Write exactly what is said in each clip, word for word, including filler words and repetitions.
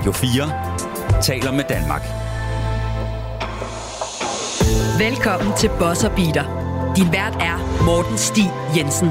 Radio fire taler med Danmark. Velkommen til Boss og Beater. Din vært er Morten Stig Jensen.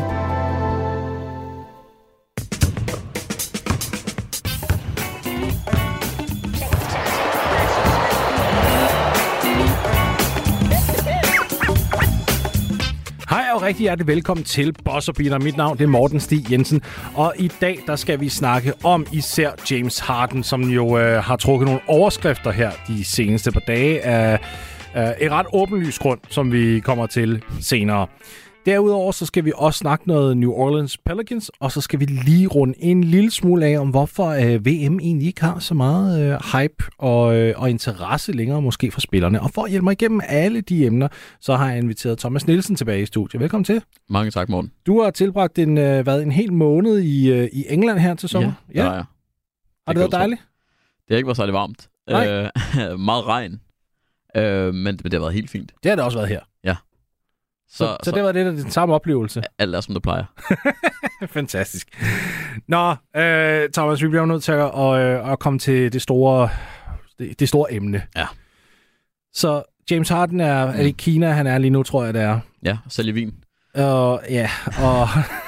Hej og rigtig hjertelig velkommen til Boss og Beater. Mit navn det er Morten Stig Jensen, og i dag der skal vi snakke om især James Harden, som jo øh, har trukket nogle overskrifter her de seneste par dage af øh, et ret åbenlyst grund, som vi kommer til senere. Derudover så skal vi også snakke noget New Orleans Pelicans, og så skal vi lige runde en lille smule af om, hvorfor øh, V M egentlig ikke har så meget øh, hype og, øh, og interesse længere måske for spillerne. Og for at hjælpe mig igennem alle de emner, så har jeg inviteret Thomas Nielsen tilbage i studiet. Velkommen til. Mange tak, Morten. Du har tilbragt en, øh, hvad, en hel måned i, øh, i England her til sommer. Ja, det har jeg. Har det været dejligt? Det har ikke været særlig varmt. Øh, meget regn, øh, men, men det har været helt fint. Det har det også været her. Ja. Så, så, så det var det, der den samme oplevelse. Alt er, som det plejer. Fantastisk. Nå, øh, Thomas, vi bliver nødt til at, at, at komme til det store, det, det store emne. Ja. Så James Harden er, mm. er det i Kina, han er lige nu, tror jeg, det er. Ja, sælge vin. Og ja, og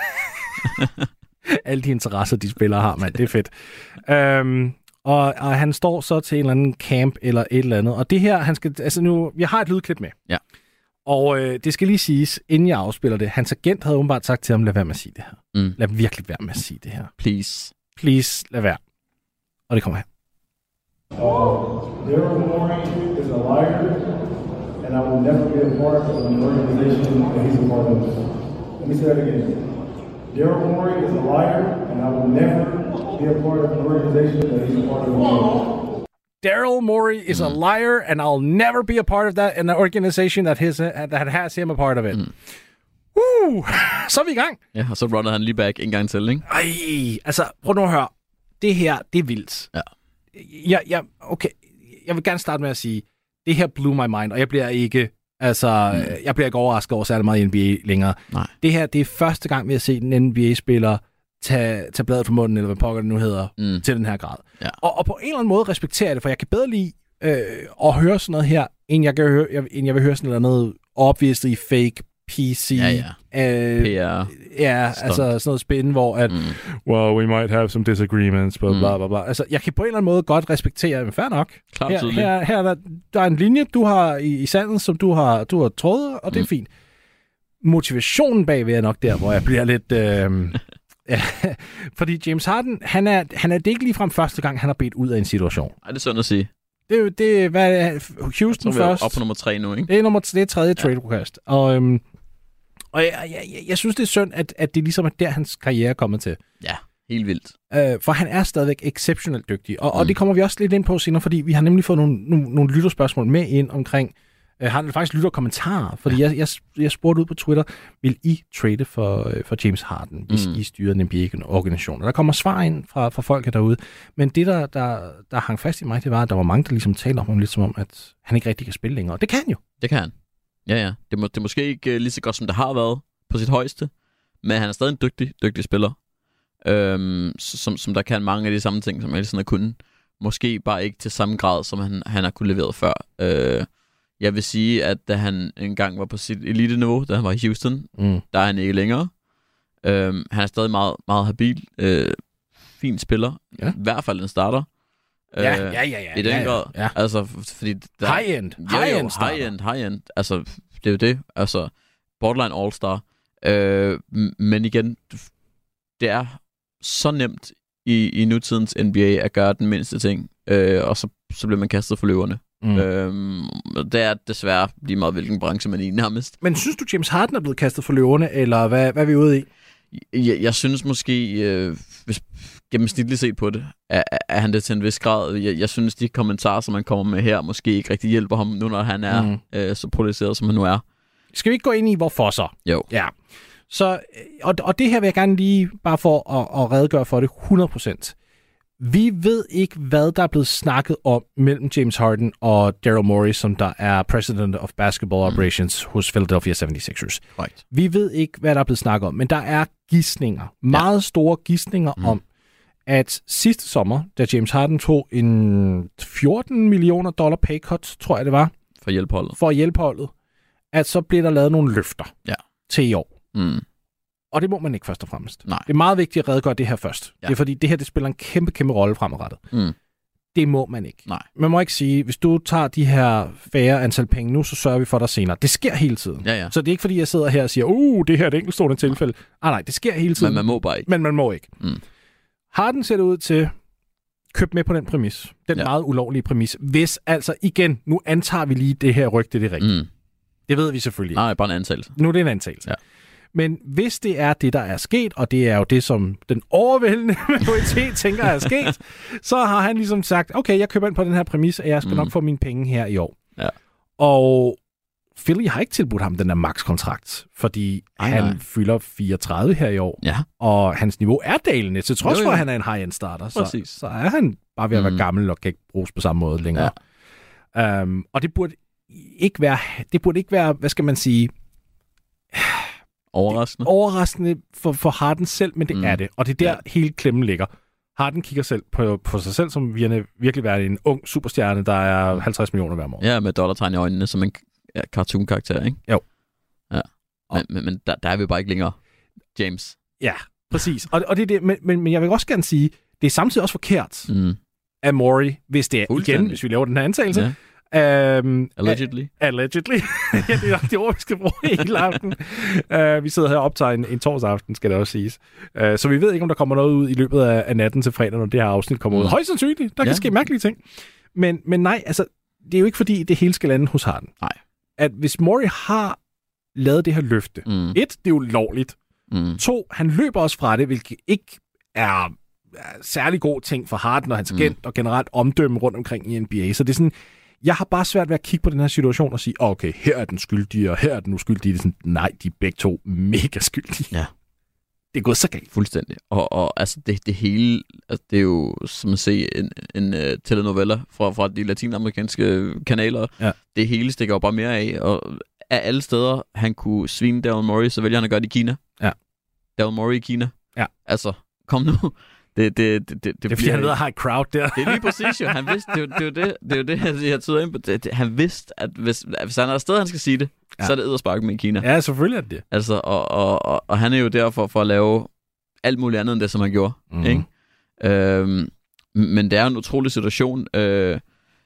alle de interesser, de spillere har, mand, det er fedt. Um, og, og han står så til en eller anden camp eller et eller andet. Og det her, han skal, altså nu, jeg har et lydklip med. Ja. Og øh, det skal lige siges, inden jeg afspiller det, hans agent havde åbenbart sagt til ham, lad være med at sige det her. Mm. Lad virkelig være med at sige det her. Please. Please, lad være. Og det kommer her. Uh, Daryl Morey is a liar, and I will never be a part of an organization that he's a part of. Let me say that again. Daryl Morey is a liar, and I will never be a part of an organization that he's a part of. Daryl Morey is mm. a liar, and I'll never be a part of that, and an organization that, his, that has him a part of it. Mm. Uh, så er vi i gang. Ja, og så runnede han lige back en gang til, ikke? Ej, altså, prøv nu at høre. Det her, det er vildt. Ja. Jeg, jeg, okay, jeg vil gerne starte med at sige, det her blew my mind, og jeg bliver ikke, altså, mm. jeg bliver ikke overrasket over særlig meget i N B A længere. Nej. Det her, det er første gang, vi har set en N B A-spiller tage, tage bladet fra munden, eller hvad pokker det nu hedder, mm. til den her grad. Ja. Og, og på en eller anden måde respekterer jeg det, for jeg kan bedre lide øh, at høre sådan noget her, end jeg, kan høre, jeg, end jeg vil høre sådan noget obviously fake P C. Ja, ja. Øh, P R. Ja, Stunt. altså sådan noget spin, hvor at, mm. well, we might have some disagreements, blah, blah, blah, blah. Altså, jeg kan på en eller anden måde godt respektere, men fair nok. Klart her, tydeligt. her, her der, der er en linje, du har i, i sanden, som du har, du har trådet, og det er mm. fint. Motivationen bagved er nok der, hvor jeg bliver lidt... Øh, ja, fordi James Harden, han er, han er det ikke ligefrem første gang, han har bedt ud af en situation. Ej, det er sådan at sige. Det er jo, det, hvad er Houston så er vi først. op på nummer tre nu, ikke? Det er, nummer, det er tredje ja. trade request. Og, øhm, og jeg, jeg, jeg, jeg synes, det er synd, at, at det ligesom er der, hans karriere er kommet til. Ja, helt vildt. Øh, for han er stadigvæk exceptionelt dygtig. Og, mm. og det kommer vi også lidt ind på senere, fordi vi har nemlig fået nogle, nogle, nogle lytterspørgsmål med ind omkring. Jeg har faktisk lyttet kommentarer, fordi ja. jeg, jeg, jeg spurgte ud på Twitter, vil I trade for, for James Harden, hvis mm. I styrer en N B A-organisation? Og der kommer svar ind fra, fra folk derude. Men det, der, der, der hang fast i mig, det var, at der var mange, der ligesom talte om ham lidt som om, at han ikke rigtig kan spille længere. Og det kan han jo. Det kan han. Ja, ja. Det, må, det er måske ikke uh, lige så godt, som det har været på sit højeste, men han er stadig en dygtig, dygtig spiller, øhm, som, som der kan mange af de samme ting, som Ellison har kunnet. Måske bare ikke til samme grad, som han, han har kunnet levere før. Øh, Jeg vil sige, at da han engang var på sit elite-niveau, da han var i Houston, mm. der er han ikke længere. Øhm, han er stadig meget, meget habil. Øh, fin spiller. Ja. I hvert fald en starter. Ja, ja, ja, ja. I den ja, ja. grad. Ja. Altså, fordi der, high-end. Jo, High-end jo, high-end, high-end. Altså, det er jo det. Altså, borderline all-star. Øh, men igen, det er så nemt i, i nutidens N B A at gøre den mindste ting. Øh, og så, så bliver man kastet for løverne. Mm. Øhm, det er desværre lige meget, hvilken branche man er i nærmest. Men synes du, James Harden er blevet kastet for løverne, eller hvad, hvad er vi ude i? Jeg, jeg synes måske, øh, hvis gennemsnitligt set på det, er, er han det til en vis grad. Jeg, jeg synes, de kommentarer, som han kommer med her, måske ikke rigtig hjælper ham, nu når han er mm. øh, så polariseret, som han nu er. Skal vi ikke gå ind i, hvorfor så? Jo. Ja. Så, og, og det her vil jeg gerne lige, bare for at, at redegøre for det hundrede procent. Vi ved ikke, hvad der er blevet snakket om mellem James Harden og Daryl Morey, som der er President of Basketball Operations mm. hos Philadelphia seventy-sixers. Right. Vi ved ikke, hvad der er blevet snakket om, men der er gidsninger, meget ja. store gidsninger mm. om, at sidste sommer, da James Harden tog en fjorten millioner dollar pay cut, tror jeg det var, For at hjælpe holdet. for at hjælpe holdet, at så blev der lavet nogle løfter Ja. til i år. Mm. Og det må man ikke først og fremmest. Nej. Det er meget vigtigt at redegøre det her først. Ja. Det er fordi, det her det spiller en kæmpe, kæmpe rolle fremadrettet. Mm. Det må man ikke. Nej. Man må ikke sige, hvis du tager de her færre antal penge nu, så sørger vi for dig senere. Det sker hele tiden. Ja, ja. Så det er ikke fordi, jeg sidder her og siger, uh, det her er et enkeltstående tilfælde. Ah, nej, det sker hele tiden. Men man må bare ikke. Men man må ikke. Mm. Harden ser det ud til køb med på den præmis. Den Ja. meget ulovlige præmis. Hvis altså igen, nu antager vi lige det her rygte, det er rigtigt. Mm. Det ved vi selvfølgelig. Nej, bare en antagelse. Nu er det en antagelse. Ja. Men hvis det er det, der er sket, og det er jo det, som den overvældende majoritet tænker er sket, så har han ligesom sagt, okay, jeg køber ind på den her præmis, og jeg skal mm. nok få mine penge her i år. Ja. Og Philly har ikke tilbudt ham den der max-kontrakt, fordi Ej, han nej. fylder fireogtrøve her i år, Ja. og hans niveau er dalende, til trods Jo, jo. for, at han er en high-end starter. Så, Præcis. så er han bare ved at være Mm. gammel og kan ikke bruges på samme måde længere. Ja. Um, og det burde ikke være, det burde ikke være, hvad skal man sige, Overraskende. overraskende for, for Harden selv, men det mm. er det. Og det er der, Ja. ja. hele klemmen ligger. Harden kigger selv på, på sig selv, som virkelig, virkelig være en ung superstjerne, der er halvtreds millioner hver måned. Ja, med dollartegn i øjnene, som en ja, cartoon-karakter, ikke? Jo. Ja. Men, men, men der, der er vi bare ikke længere. James. Ja, præcis. Og, og det er det, men, men, men jeg vil også gerne sige, det er samtidig også forkert Mm. af Maury, hvis det er, igen, Fuldstændig. hvis vi laver den her antagelse. Ja. Um, Allegedly. Allegedly. Ja, det er nok det ord, vi skal bruge hele aften. Uh, vi sidder her og optager en, en torsdag aften, skal det også siges. Uh, så vi ved ikke, om der kommer noget ud i løbet af, af natten til fredag, når det her afsnit kommer ud. Mm. Højst sandsynligt. Der kan Ja. ske mærkelige ting. Men, men nej, altså, det er jo ikke fordi, det hele skal lande hos Harden. Nej. At hvis Maury har lavet det her løfte, Mm. et, det er jo lovligt. Mm. To, han løber også fra det, hvilket ikke er er særlig god ting for Harden og hans Mm. agent og generelt omdømme rundt omkring i N B A. Så det er sådan, jeg har bare svært ved at kigge på den her situation og sige, okay, her er den skyldige, og her er den uskyldige. Det er sådan, nej, de er begge to mega skyldige. Ja. Det er gået så galt. Fuldstændig. Og, og altså, det, det hele, altså, det er jo som at se en, en uh, telenovela fra, fra de latinamerikanske kanaler. Ja. Det hele stikker jo bare mere af, og af alle steder, han kunne svine Daryl Morey, så vælger han at gøre det i Kina. Ja. Daryl Morey i Kina. Ja. Altså, kom nu. Det, det, det, det, det, Det er fordi, han ved at have et crowd der. Det er lige præcis jo. Han vidste, det, er jo- det, er jo det, det er jo det, jeg, jeg tyder ind på. Det, det, han vidste, at hvis, at hvis han er et sted, han skal sige det, Ja. så er det edderspark med i Kina. Ja, selvfølgelig er det det. Altså, og, og, og, og han er jo derfor for at lave alt muligt andet, end det, som han gjorde. Mhm. Ikke? Øhm, men det er jo en utrolig situation. Øh,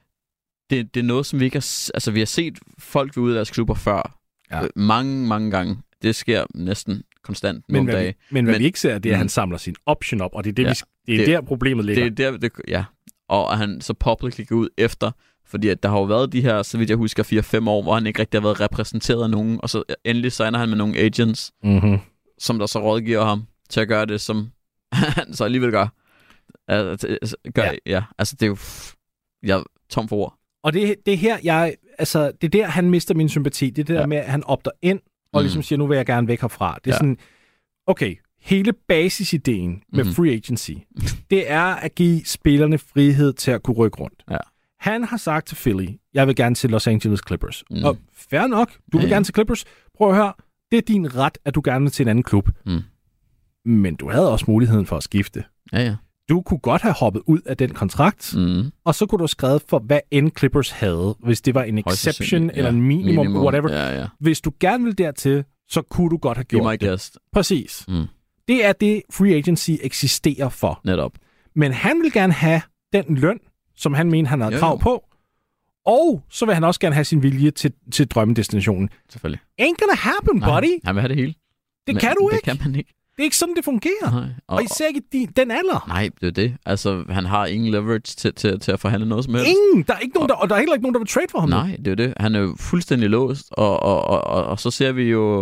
det, det er noget, som vi ikke har... s- Altså, vi har set folk ved ude af deres klubber før. Ja. Øh, mange, mange gange. Det sker næsten konstant Men nogle hvad, dage. vi, men hvad Men- men, vi ikke ser, det er, at han Mm. samler sin option op, og det er, det, Ja, vi, det er det- der, problemet ligger. Det er der, det, ja. Og at han så publicly går ud efter, fordi at der har jo været de her, så vidt jeg husker, fire fem år, hvor han ikke rigtig har været repræsenteret af nogen, og så endelig signer han med nogle agents, Mm-hmm. som der så rådgiver ham til at gøre det, som han så alligevel gør. Altså, altså, gør ja. Ja. ja. Altså, det er jo... Jeg er tom for ord. Og det, det er her, jeg, altså, det er der, han mister min sympati. Det er det der Ja. med, at han opter ind, og Mm. ligesom siger, nu vil jeg gerne væk herfra. Det er Ja. sådan, okay, hele basisideen med Mhm. free agency, det er at give spillerne frihed til at kunne rykke rundt. Ja. Han har sagt til Philly, jeg vil gerne til Los Angeles Clippers. Mm. Og fair nok, du vil Ja, ja. gerne til Clippers. Prøv at høre, det er din ret, at du gerne vil til en anden klub. Mm. Men du havde også muligheden for at skifte. Ja, ja. Du kunne godt have hoppet ud af den kontrakt, Mm. og så kunne du have skrevet for, hvad end Clippers havde, hvis det var en Højst exception sandsynligt, eller ja. en minimum, minimum, whatever. Ja, ja. Hvis du gerne vil dertil, så kunne du godt have Be gjort my det. guest. Præcis. Mm. Det er det, free agency eksisterer for. Netop. Men han vil gerne have den løn, som han mener, han har Jo, jo. krav på. Og så vil han også gerne have sin vilje til, til drømmedestinationen. Selvfølgelig. Ain't gonna happen, buddy. Nej, han vil have det hele. Det Men kan du det ikke. Det kan man ikke. Det er ikke sådan, det fungerer. Nej. Og, og især ikke din, den alder. Nej, det er det. Altså, han har ingen leverage til, til, til at forhandle noget som helst. Ingen. Der er ikke nogen, der, og der er heller ikke nogen, der vil trade for ham. nu. Nej, det er det. Han er jo fuldstændig låst, og, og, og, og, og så ser vi jo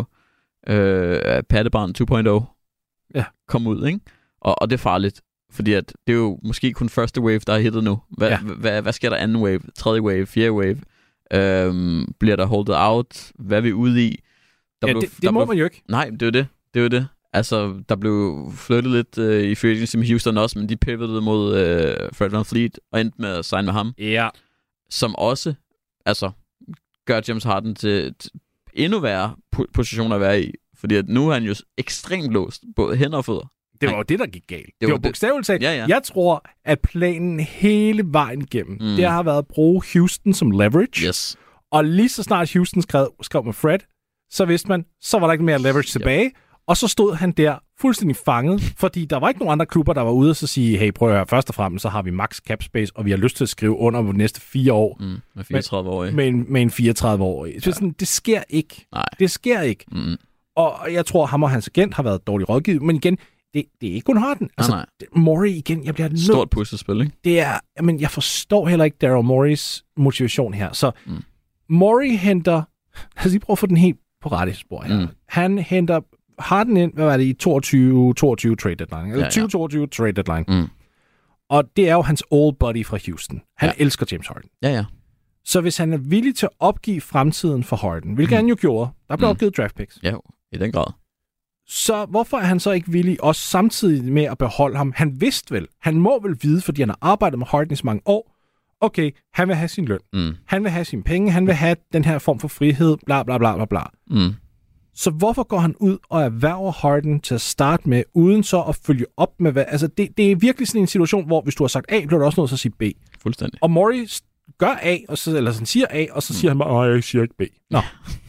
øh, Pattebarn to punkt nul Ja. komme ud, ikke? Og, og det er farligt, fordi at det er jo måske kun første wave, der er hittet nu. Hvad, Ja. hvad, hvad sker der anden wave, tredje wave, fjerde wave? Øhm, bliver der holdet out? Hvad er vi ude i? Der Ja, blev, det, der det må blev, man jo ikke. Nej, det er jo det. Det er jo det. Altså, der blev flyttet lidt øh, i free agency med Houston også, men de pivoted mod øh, Fred VanVleet og endte med at signe med ham. Ja. Som også, altså, gør James Harden til, til endnu værre po- position at være i. Fordi at nu er han jo ekstremt låst, både hænder og fødder. Det var jo det, der gik galt. Det, det var var bogstaveligt talt. Ja, ja. Jeg tror, at planen hele vejen igennem, mm. det har været at bruge Houston som leverage. Yes. Og lige så snart Houston skrev, skrev med Fred, så vidste man, så var der ikke mere leverage tilbage. Yep. Og så stod han der fuldstændig fanget, fordi der var ikke nogen andre klubber, der var ude og så sige, hey, prøv at høre, først og fremmest, så har vi max cap space, og vi har lyst til at skrive under på de næste fire år. Mm, med fireogtredive-årig. Med, med, en, med en fireogtredive-årig. Ja. Så sådan, det sker ikke. Nej. Det sker ikke. Mm. Og jeg tror, ham og hans agent har været dårligt rådgivet, men igen, det, det er ikke kun Harden. Altså, nej, nej. Morey igen, jeg bliver nødt... Stort puslespil, ikke? Det er, men jeg forstår heller ikke Daryl Moreys motivation her. Så mm. Morey henter, lad os lige prøve at få den helt på rette spor her. Mm. Han henter Harden ind, hvad var det, i toogtyve toogtyve trade deadline. Eller ja, ja. tyve toogtyve trade deadline. Mm. Og det er jo hans old buddy fra Houston. Han ja. elsker James Harden. Ja, ja. Så hvis han er villig til at opgive fremtiden for Harden, hvilket mm. han jo gjorde, der blev mm. opgivet draft picks. Ja, i den grad. Så hvorfor er han så ikke villig også samtidig med at beholde ham? Han vidste vel, han må vel vide, fordi han har arbejdet med Harden i så mange år, okay, han vil have sin løn. Mm. Han vil have sine penge, han vil have den her form for frihed, bla bla bla bla bla. Mm. Så hvorfor går han ud og erhverver Harden til at starte med, uden så at følge op med hvad? Altså, det, det er virkelig sådan en situation, hvor hvis du har sagt A, bliver du også nødt til at sige B. Fuldstændig. Og Morey gør A, og så, eller sådan siger A, og så mm. siger han bare, åh, jeg siger ikke B. Nå.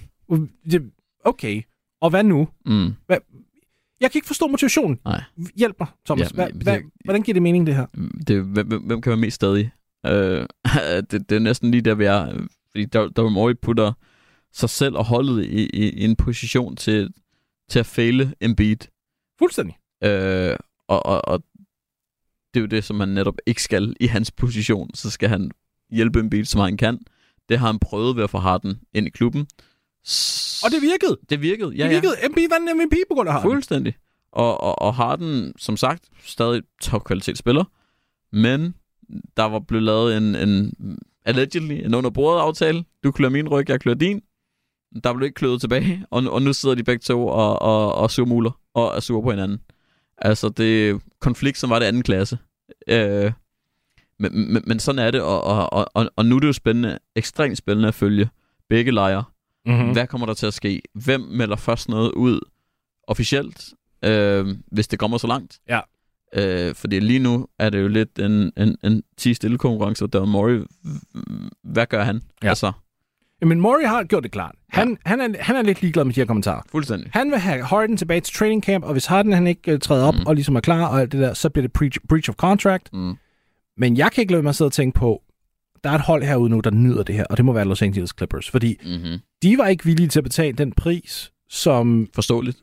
Okay. Og hvad nu? Mm. Hvad? Jeg kan ikke forstå motivationen. Nej. Hjælp mig, Thomas. Ja, hvad, det, hvordan giver det mening, det her? Det, hvem, hvem kan være mest stadig? Uh, det, det er næsten lige der, vi er. Fordi der, der Morey putter sig selv og holdet i, i, i en position til, til at faile Embiid. Fuldstændig. Uh, og, og, og det er jo det, som han netop ikke skal i hans position. Så skal han hjælpe Embiid, som han kan. Det har han prøvet ved at få Harden ind i klubben. Og det virkede. Det virkede, ja, det virkede. ja. Embiid vandt M V P på grund af Harden. Fuldstændig. Og, og, og Harden, som sagt, stadig topkvalitetsspiller. Men der var blevet lavet en, en allegedly, en under-bordet aftale. Du klør min ryg, jeg klør din. Der blev ikke kløet tilbage. Og, og nu sidder de begge to og, og, og surmuler og er sure på hinanden. Altså, det er konflikt, som var det anden klasse. Øh, men, men, men sådan er det. Og, og, og, og nu er det jo spændende, ekstremt spændende at følge begge lejre. Mm-hmm. Hvad kommer der til at ske? Hvem melder først noget ud officielt, øh, hvis det kommer så langt? Ja. Øh, fordi lige nu er det jo lidt en, en, en ti-stille konkurrence, og Daryl Morey, hvad gør han? Ja. Altså. Jamen, Morey har gjort det klart. Han, ja. han, er, han er lidt ligeglad med de her kommentarer. Fuldstændig. Han vil have Harden tilbage til training camp, og hvis Harden han ikke uh, træder op mm. og ligesom er klar, og alt det der, så bliver det breach, breach of contract. Mm. Men jeg kan ikke lade mig sidde og tænke på, der er et hold herude nu, der nyder det her, og det må være Los Angeles Clippers, fordi mm-hmm. de var ikke villige til at betale den pris, som... Forståeligt.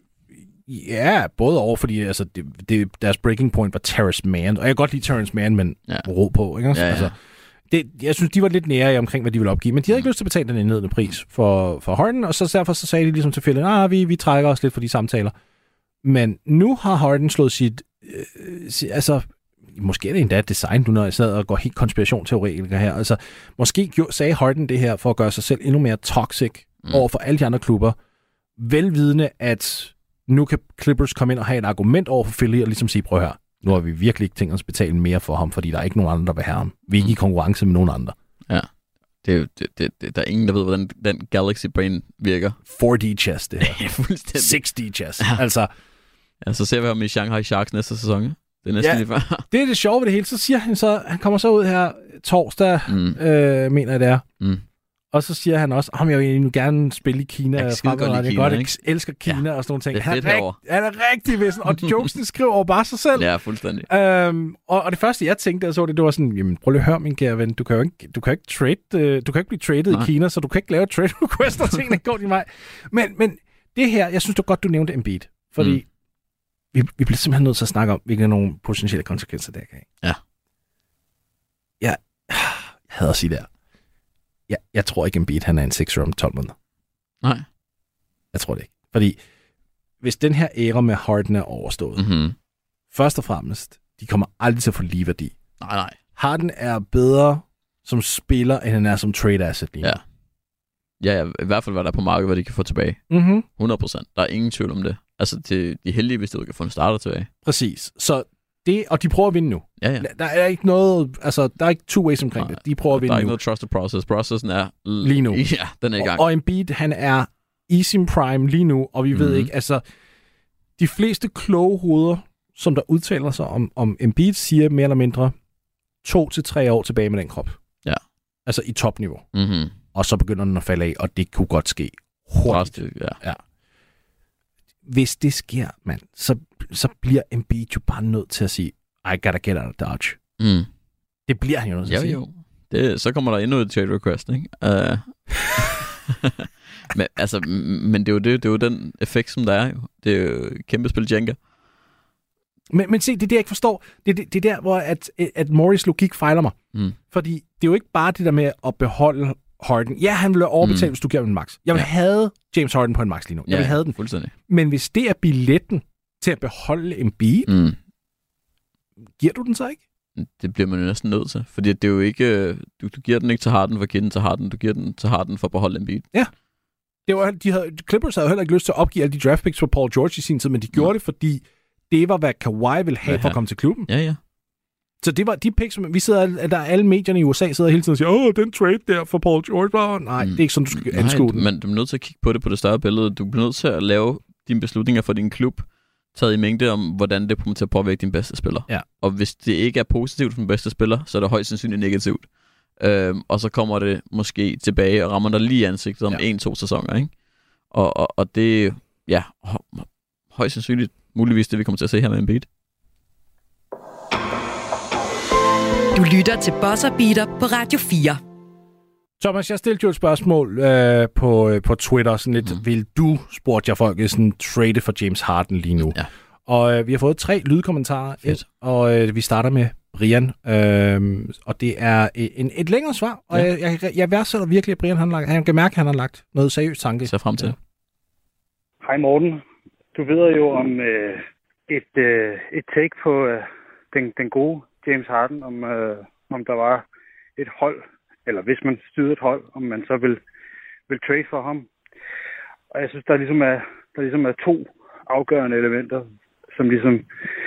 Ja, både over, fordi altså, det, det, deres breaking point var Terrence Mann, og jeg kan godt lide Terrence Mann, men ja. ro på, ikke? Ja, ja. Altså, det, jeg synes, de var lidt nære omkring, hvad de ville opgive, men de havde ikke lyst til at betale den indledende pris for, for Harden, og så derfor så sagde de ligesom til Philly, ah, vi, vi trækker os lidt for de samtaler. Men nu har Harden slået sit... Øh, sit altså... Måske er det endda et design, du når jeg sidder og går helt konspirationsteoretiker her. Altså, måske sagde Harden det her for at gøre sig selv endnu mere toxic mm. over for alle de andre klubber. Velvidende, at nu kan Clippers komme ind og have et argument over for Philly og ligesom sige, prøv her, nu har vi virkelig ikke tænkt os at betale mere for ham, fordi der er ikke nogen andre, der vil have ham. Vi er ikke mm. i konkurrence med nogen andre. Ja, det er jo, det, det, det, der er ingen, der ved, hvordan den Galaxy Brain virker. fire D chess, det her. Fuldstændig. seks D chess. Ja. Altså, ja, så ser vi ham i Shanghai Sharks næste sæson. Det er næsten ja, lige før. Det er det sjove ved det hele. Så siger han så, han kommer så ud her torsdag, mm. øh, mener jeg det er. Mm. Og så siger han også, at jeg vil jo gerne spille i Kina. Jeg kan godt lide Kina, Jeg elsker Kina ja, og sådan nogle ting. Det er han, er rigt, han er rigtig vissen, og jokesen skriver over bare sig selv. Ja, fuldstændig. Øhm, og, og det første, jeg tænkte, så det, det var sådan, jamen prøv lige at høre, min kære ven, du kan jo ikke, du kan ikke, trade, uh, du kan ikke blive traded Nej. i Kina, så du kan ikke lave trade request, og tingene går din vej. Men, men det her, jeg synes det var godt, du nævnte Embiid, fordi mm. Vi, vi bliver simpelthen nødt til at snakke om, hvilke nogle potentielle konsekvenser der kan have. Ja. Jeg, jeg hader at sige det her. Jeg, jeg tror ikke, Embiid han er en sixer om tolv måneder. Nej. Jeg tror det ikke. Fordi hvis den her æra med Harden er overstået, mm-hmm. først og fremmest, de kommer aldrig til at få lige værdi. Nej, nej. Harden er bedre som spiller, end han er som trade asset lige. Ja. Ja, ja, i hvert fald hvad der er på markedet, hvad de kan få tilbage. Mm-hmm. hundrede procent. Der er ingen tvivl om det. Altså, de er heldige, hvis de kan få en starter tilbage. Præcis. Så det, og de prøver at vinde nu. Ja, ja. Der er ikke noget, altså, der er ikke two ways omkring Nej, det. De prøver at vinde nu. Der er ikke noget trusted process. Processen er... L- lige nu. Ja, den er i gang. Og, og Embiid, han er i sin prime lige nu, og vi mm-hmm. ved ikke, altså, de fleste kloge hoveder, som der udtaler sig om, om Embiid, siger mere eller mindre to til tre år tilbage med den krop. Ja. Altså i topniveau. Mm-hmm. Og så begynder den at falde af, og det kunne godt ske hurtigt. Drastisk, ja. Ja. Hvis det sker, mand, så, så bliver Embiid jo bare nødt til at sige, I gotta get out of Dodge. Mm. Det bliver han jo nødt til jo, at sige. Jo. Det, så kommer der endnu et trade request, ikke? Uh, men, altså, men det er, jo det, det er jo den effekt, som der er jo. Det er jo kæmpe spil Jenga. Men, men se, det er det, jeg ikke forstår. Det er det, det er der, hvor at, at Morris logik fejler mig. Mm. Fordi det er jo ikke bare det der med at beholde Harden. Ja, han ville overbetale, mm. hvis du giver ham en max. Jeg vil ja. have James Harden på en max lige nu. Jeg ja, vil have den. Fuldstændig. Men hvis det er billetten til at beholde Embiid, mm. giver du den så ikke? Det bliver man jo næsten nødt til. Fordi det er jo ikke... Du, du giver den ikke til Harden for at give den til Harden. Du giver den til Harden for at beholde Embiid. Ja. Det var, de havde, Clippers havde heller ikke lyst til at opgive alle de draft picks for Paul George i sin tid, men de gjorde mm. det, fordi det var, hvad Kawhi ville have ja, for at komme til klubben. Ja, ja. Så det var de picks, vi sidder, der alle medierne i U S A sidder hele tiden og siger, åh, den trade der for Paul George. Oh, nej, mm. det er ikke sådan, du skal anskue den. Men du er nødt til at kigge på det på det større billede. Du er nødt til at lave dine beslutninger for din klub, taget i mængde om, hvordan det kommer til at påvirke din bedste spiller. Ja. Og hvis det ikke er positivt for den bedste spiller, så er det højst sandsynligt negativt. Øhm, og så kommer det måske tilbage og rammer dig lige i ansigtet om ja. en, to sæsoner. Ikke? Og, og, og det ja, højst sandsynligt muligvis det, vi kommer til at se her med Embiid. Du lytter til Buzzer Beater på Radio fire. Thomas, jeg stillede jo et spørgsmål øh, på, øh, på Twitter. Sådan lidt, mm. vil du, spurgte jeg folk, sådan trade for James Harden lige nu? Ja. Og øh, vi har fået tre lydkommentarer ind, og øh, vi starter med Brian. Øh, og det er en, et længere svar, og ja. jeg, jeg, jeg værdsætter virkelig, at Brian han, lagt, han kan mærke, at han har lagt noget seriøst tanke. Så frem til. Hej Morten. Du ved jo om øh, et, øh, et take på øh, den, den gode James Harden, om, øh, om der var et hold, eller hvis man styrede et hold, om man så vil, vil trade for ham. Og jeg synes, der ligesom er, der ligesom er to afgørende elementer, som ligesom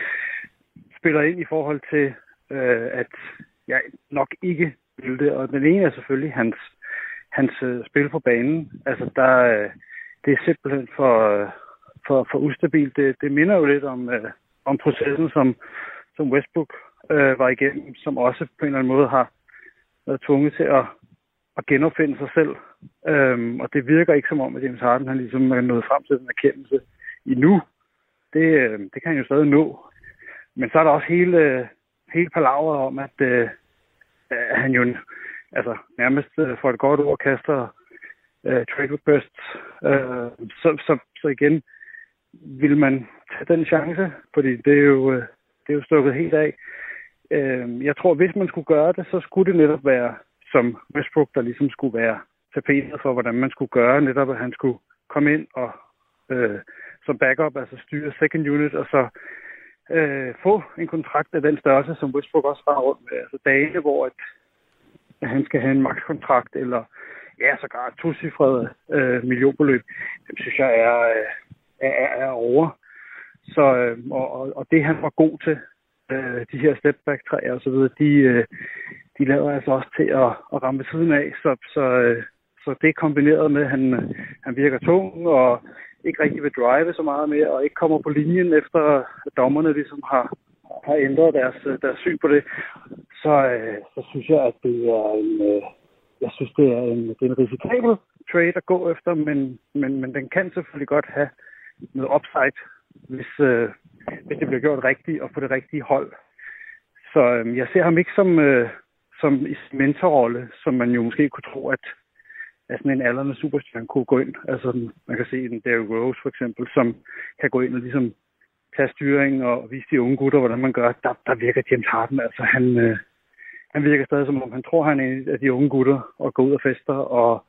spiller ind i forhold til, øh, at jeg nok ikke vil det. Og den ene er selvfølgelig hans, hans øh, spil på banen. Altså, der, øh, det er simpelthen for, øh, for, for ustabilt. Det, det minder jo lidt om, øh, om processen, som, som Westbrook øh, var igennem, som også på en eller anden måde har været tvunget til at, at genopfinde sig selv. Øhm, og det virker ikke som om, at James Harden han ligesom er nået frem til den erkendelse endnu. Det, øh, det kan han jo stadig nå. Men så er der også hele, hele palaveret om, at øh, han jo altså, nærmest øh, for et godt ord kaster øh, trade requests. Øh, så, så, så igen, vil man tage den chance? Fordi det er jo, øh, det er jo stukket helt af. Øh, jeg tror, hvis man skulle gøre det, så skulle det netop være som Westbrook, der ligesom skulle være tapetet for, hvordan man skulle gøre. Netop, at han skulle komme ind og øh, som backup, altså styre second unit, og så øh, få en kontrakt af den størrelse, som Westbrook også har rundt med. Altså dage, hvor at, at han skal have en max-kontrakt, eller ja, sågar et tocifret øh, millionbeløb, det synes jeg er, er, er over. Så, øh, og, og det, han var god til, øh, de her step-back-træer og så videre, de, øh, de lader altså også til at, at ramme ved siden af. Så, så, øh, så det kombineret med, at han, han virker tung, og ikke rigtig vil drive så meget mere, og ikke kommer på linjen efter, at dommerne ligesom har, har ændret deres, deres syn på det, så, øh, så synes jeg, at det er en, øh, jeg synes, det er en, det er en risikabel trade at gå efter, men, men, men den kan selvfølgelig godt have noget upside, hvis, øh, hvis det bliver gjort rigtigt og på det rigtige hold. Så øh, jeg ser ham ikke som, øh, som i mentorrolle, som man jo måske kunne tro, at at sådan en aldrende superstjerne kunne gå ind. Altså, man kan se en Derrick Rose for eksempel, som kan gå ind og ligesom tage styring og vise de unge gutter, hvordan man gør. Der, der virker James Harden. Altså, han, øh, han virker stadig som om, han tror, han er en af de unge gutter og går ud og fester. Og,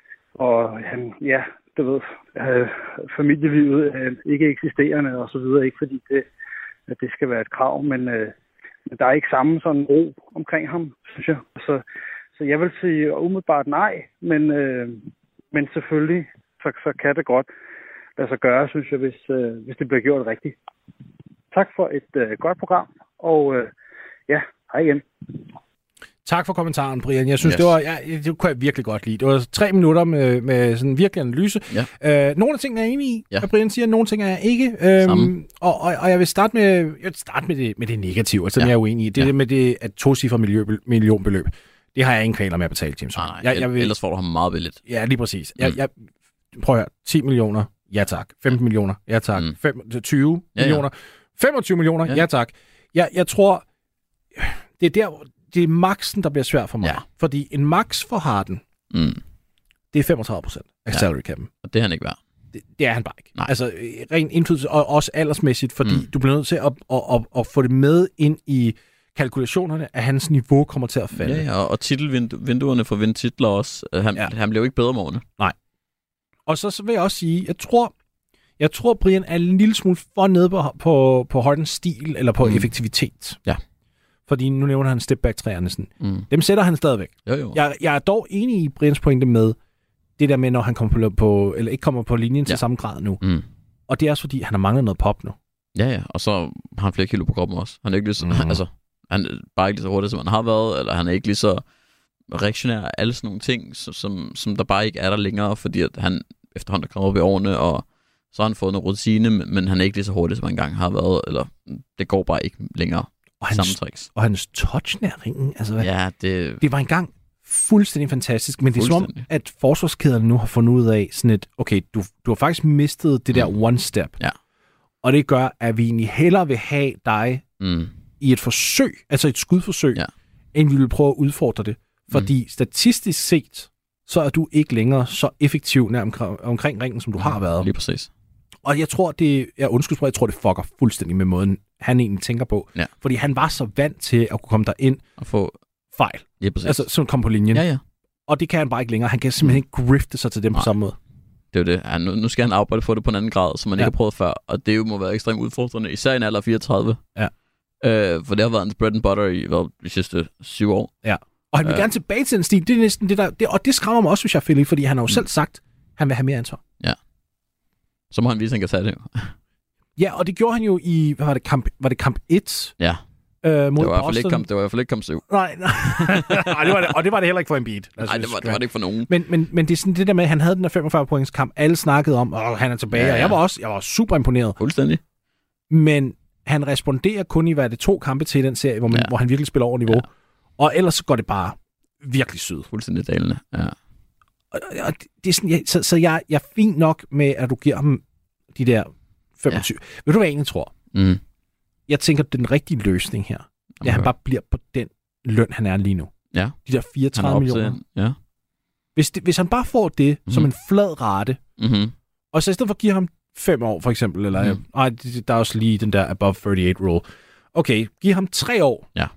og han, ja, du ved, øh, familielivet er ikke eksisterende og så videre. Ikke fordi det, at det skal være et krav, men øh, der er ikke samme sådan ro omkring ham, synes jeg. Så Så jeg vil sige umiddelbart nej, men, øh, men selvfølgelig så, så kan det godt lade sig gøre, synes jeg, hvis, øh, hvis det bliver gjort rigtigt. Tak for et øh, godt program, og øh, ja, hej igen. Tak for kommentaren, Brian. Jeg synes, Yes. det var ja, det kunne jeg virkelig godt lide. Det var tre minutter med, med sådan virkelig analyse. Ja. Øh, nogle af tingene er jeg enig i, Ja. og Brian siger, nogle ting er jeg ikke. Øhm, Samme. og, og, og jeg vil starte med, jeg vil starte med, det, med det negative, altså ja. Ja. jeg er uenig i. Det er Ja. det med det at tocifre miljø- millionbeløb. Det har jeg ingen kvaler med at betale, James Nej, Harden. nej. Jeg, jeg vil, Ellers får du ham meget billigt. ja, lige præcis. Jeg, Mm. jeg, prøv at høre. ti millioner, ja tak. femten millioner, ja tak. Mm. fem, tyve Ja, ja. millioner, femogtyve millioner, ja, Ja. ja tak. Jeg, jeg tror, det er der, det er maksen, der bliver svært for mig. Ja. Fordi en max for Harden, Mm. det er femogtredive procent af Ja. salary cap'en. Og det er han ikke værd. Det, det er han bare ikke. Nej. Altså, øh, ren indflydelse, og også aldersmæssigt, fordi Mm. du bliver nødt til at, at, at, at få det med ind i kalkulationerne, at hans niveau kommer til at falde. Ja, ja, og titelvinduerne for at vinde titler også. Øh, Han, Ja. ja. han blev jo ikke bedre med årene. Og så, så vil jeg også sige, jeg tror, jeg tror Brian er en lille smule for nede på, på, på Hardens stil, eller på Mm. mm. effektivitet. Ja. Fordi nu nævner han step back træerne sådan. Mm. Dem sætter han stadigvæk. Jo, jo. Jeg, jeg er dog enig i Brians pointe med det der med, når han kommer på, på eller ikke kommer på linjen til Ja. samme grad nu. Mm. Og det er også fordi, han har manglet noget pop nu. Ja, ja. Og så har han flere kilo på kroppen også. Han er ikke lige så, Mhm. mm. altså, han er bare ikke lige så hurtig, som han har været, eller han er ikke lige så reaktionær af alle sådan nogle ting, som, som, som der bare ikke er der længere, fordi at han efterhånden er kommet op i årene, og så har han fået noget rutine, men men han er ikke lige så hurtig, som han engang har været, eller det går bare ikke længere. Og Samme hans, tricks. og hans touch nær ringen, altså hvad? Ja, det... Det var engang fuldstændig fantastisk, men det er som om, Fuldstændig. at forsvarskæderne nu har fundet ud af sådan et, okay, du, du har faktisk mistet det der Mm. one step. Ja. Og det gør, at vi egentlig hellere vil have dig Mm. i et forsøg, altså et skudforsøg, Ja. end vi vil prøve at udfordre det. Fordi mm. statistisk set, så er du ikke længere så effektiv nær omkring, omkring ringen, som du har været. Lige præcis. Og jeg tror, det jeg undskyld, jeg tror, det fucker fuldstændig med måden, han egentlig tænker på. Ja. Fordi han var så vant til at kunne komme derind At få... fejl. Lige præcis. Altså, som kom på linjen. ja, ja. Og det kan han bare ikke længere. Han kan simpelthen ikke grifte sig til dem Nej. på samme måde. Det er jo det. Ja, nu, nu skal han arbejde for det på en anden grad, som man Ja. ikke har prøvet før. Og det jo må være ekstremt udfordrende, især i en alder af fireogtredive. Ja. Øh, for det har været hans bread and butter i hvad, de sidste syv år. Og han vil Ja. gerne tilbage til den stil. Det er næsten det der. Det, og det skræmmer mig også, hvis jeg er Philly, fordi han har jo Mm. selv sagt, han vil have mere ansvar. Så må han vise, at han kan tage det. jo. Ja, og det gjorde han jo i, hvad var det, kamp, var det kamp et? Ja, Øh, mod det var, i hvert fald Boston. ikke kamp, det var i hvert fald ikke kamp syv. Nej, nej. nej det var det, og det var det heller ikke for Embiid. Nej, det var, det var det ikke for nogen. Men, men, men det er sådan det der med, at han havde den der femogfyrre points kamp. Alle snakkede om, at han er tilbage, Ja, ja, ja. ja. og jeg var også jeg var super imponeret. Fuldstændig. Men han responderer kun i, hvad er det, to kampe til i den serie, hvor, man, Ja. hvor han virkelig spiller over niveau. Ja. Og ellers så går det bare virkelig syd. Fuldstændig dalende. Ja. Og, og det er sådan, jeg, så, så jeg, jeg er fint nok med, at du giver ham de der femogtyve. Ja. Ved du, hvad jeg egentlig tror? Mm. Jeg tænker, at den rigtige løsning her, det er, at han bare bliver på den løn, han er lige nu. Ja. De der Han er fireogtredive op millioner. til, ja. Hvis, det, hvis han bare får det mm. som Mhm. en flad rate, Mm-hmm. og så i stedet for at give ham fem år, for eksempel, eller Mhm. mm. ej, det- der er også lige den der above thirty-eight rule. Okay, giv ham tre år. Ja.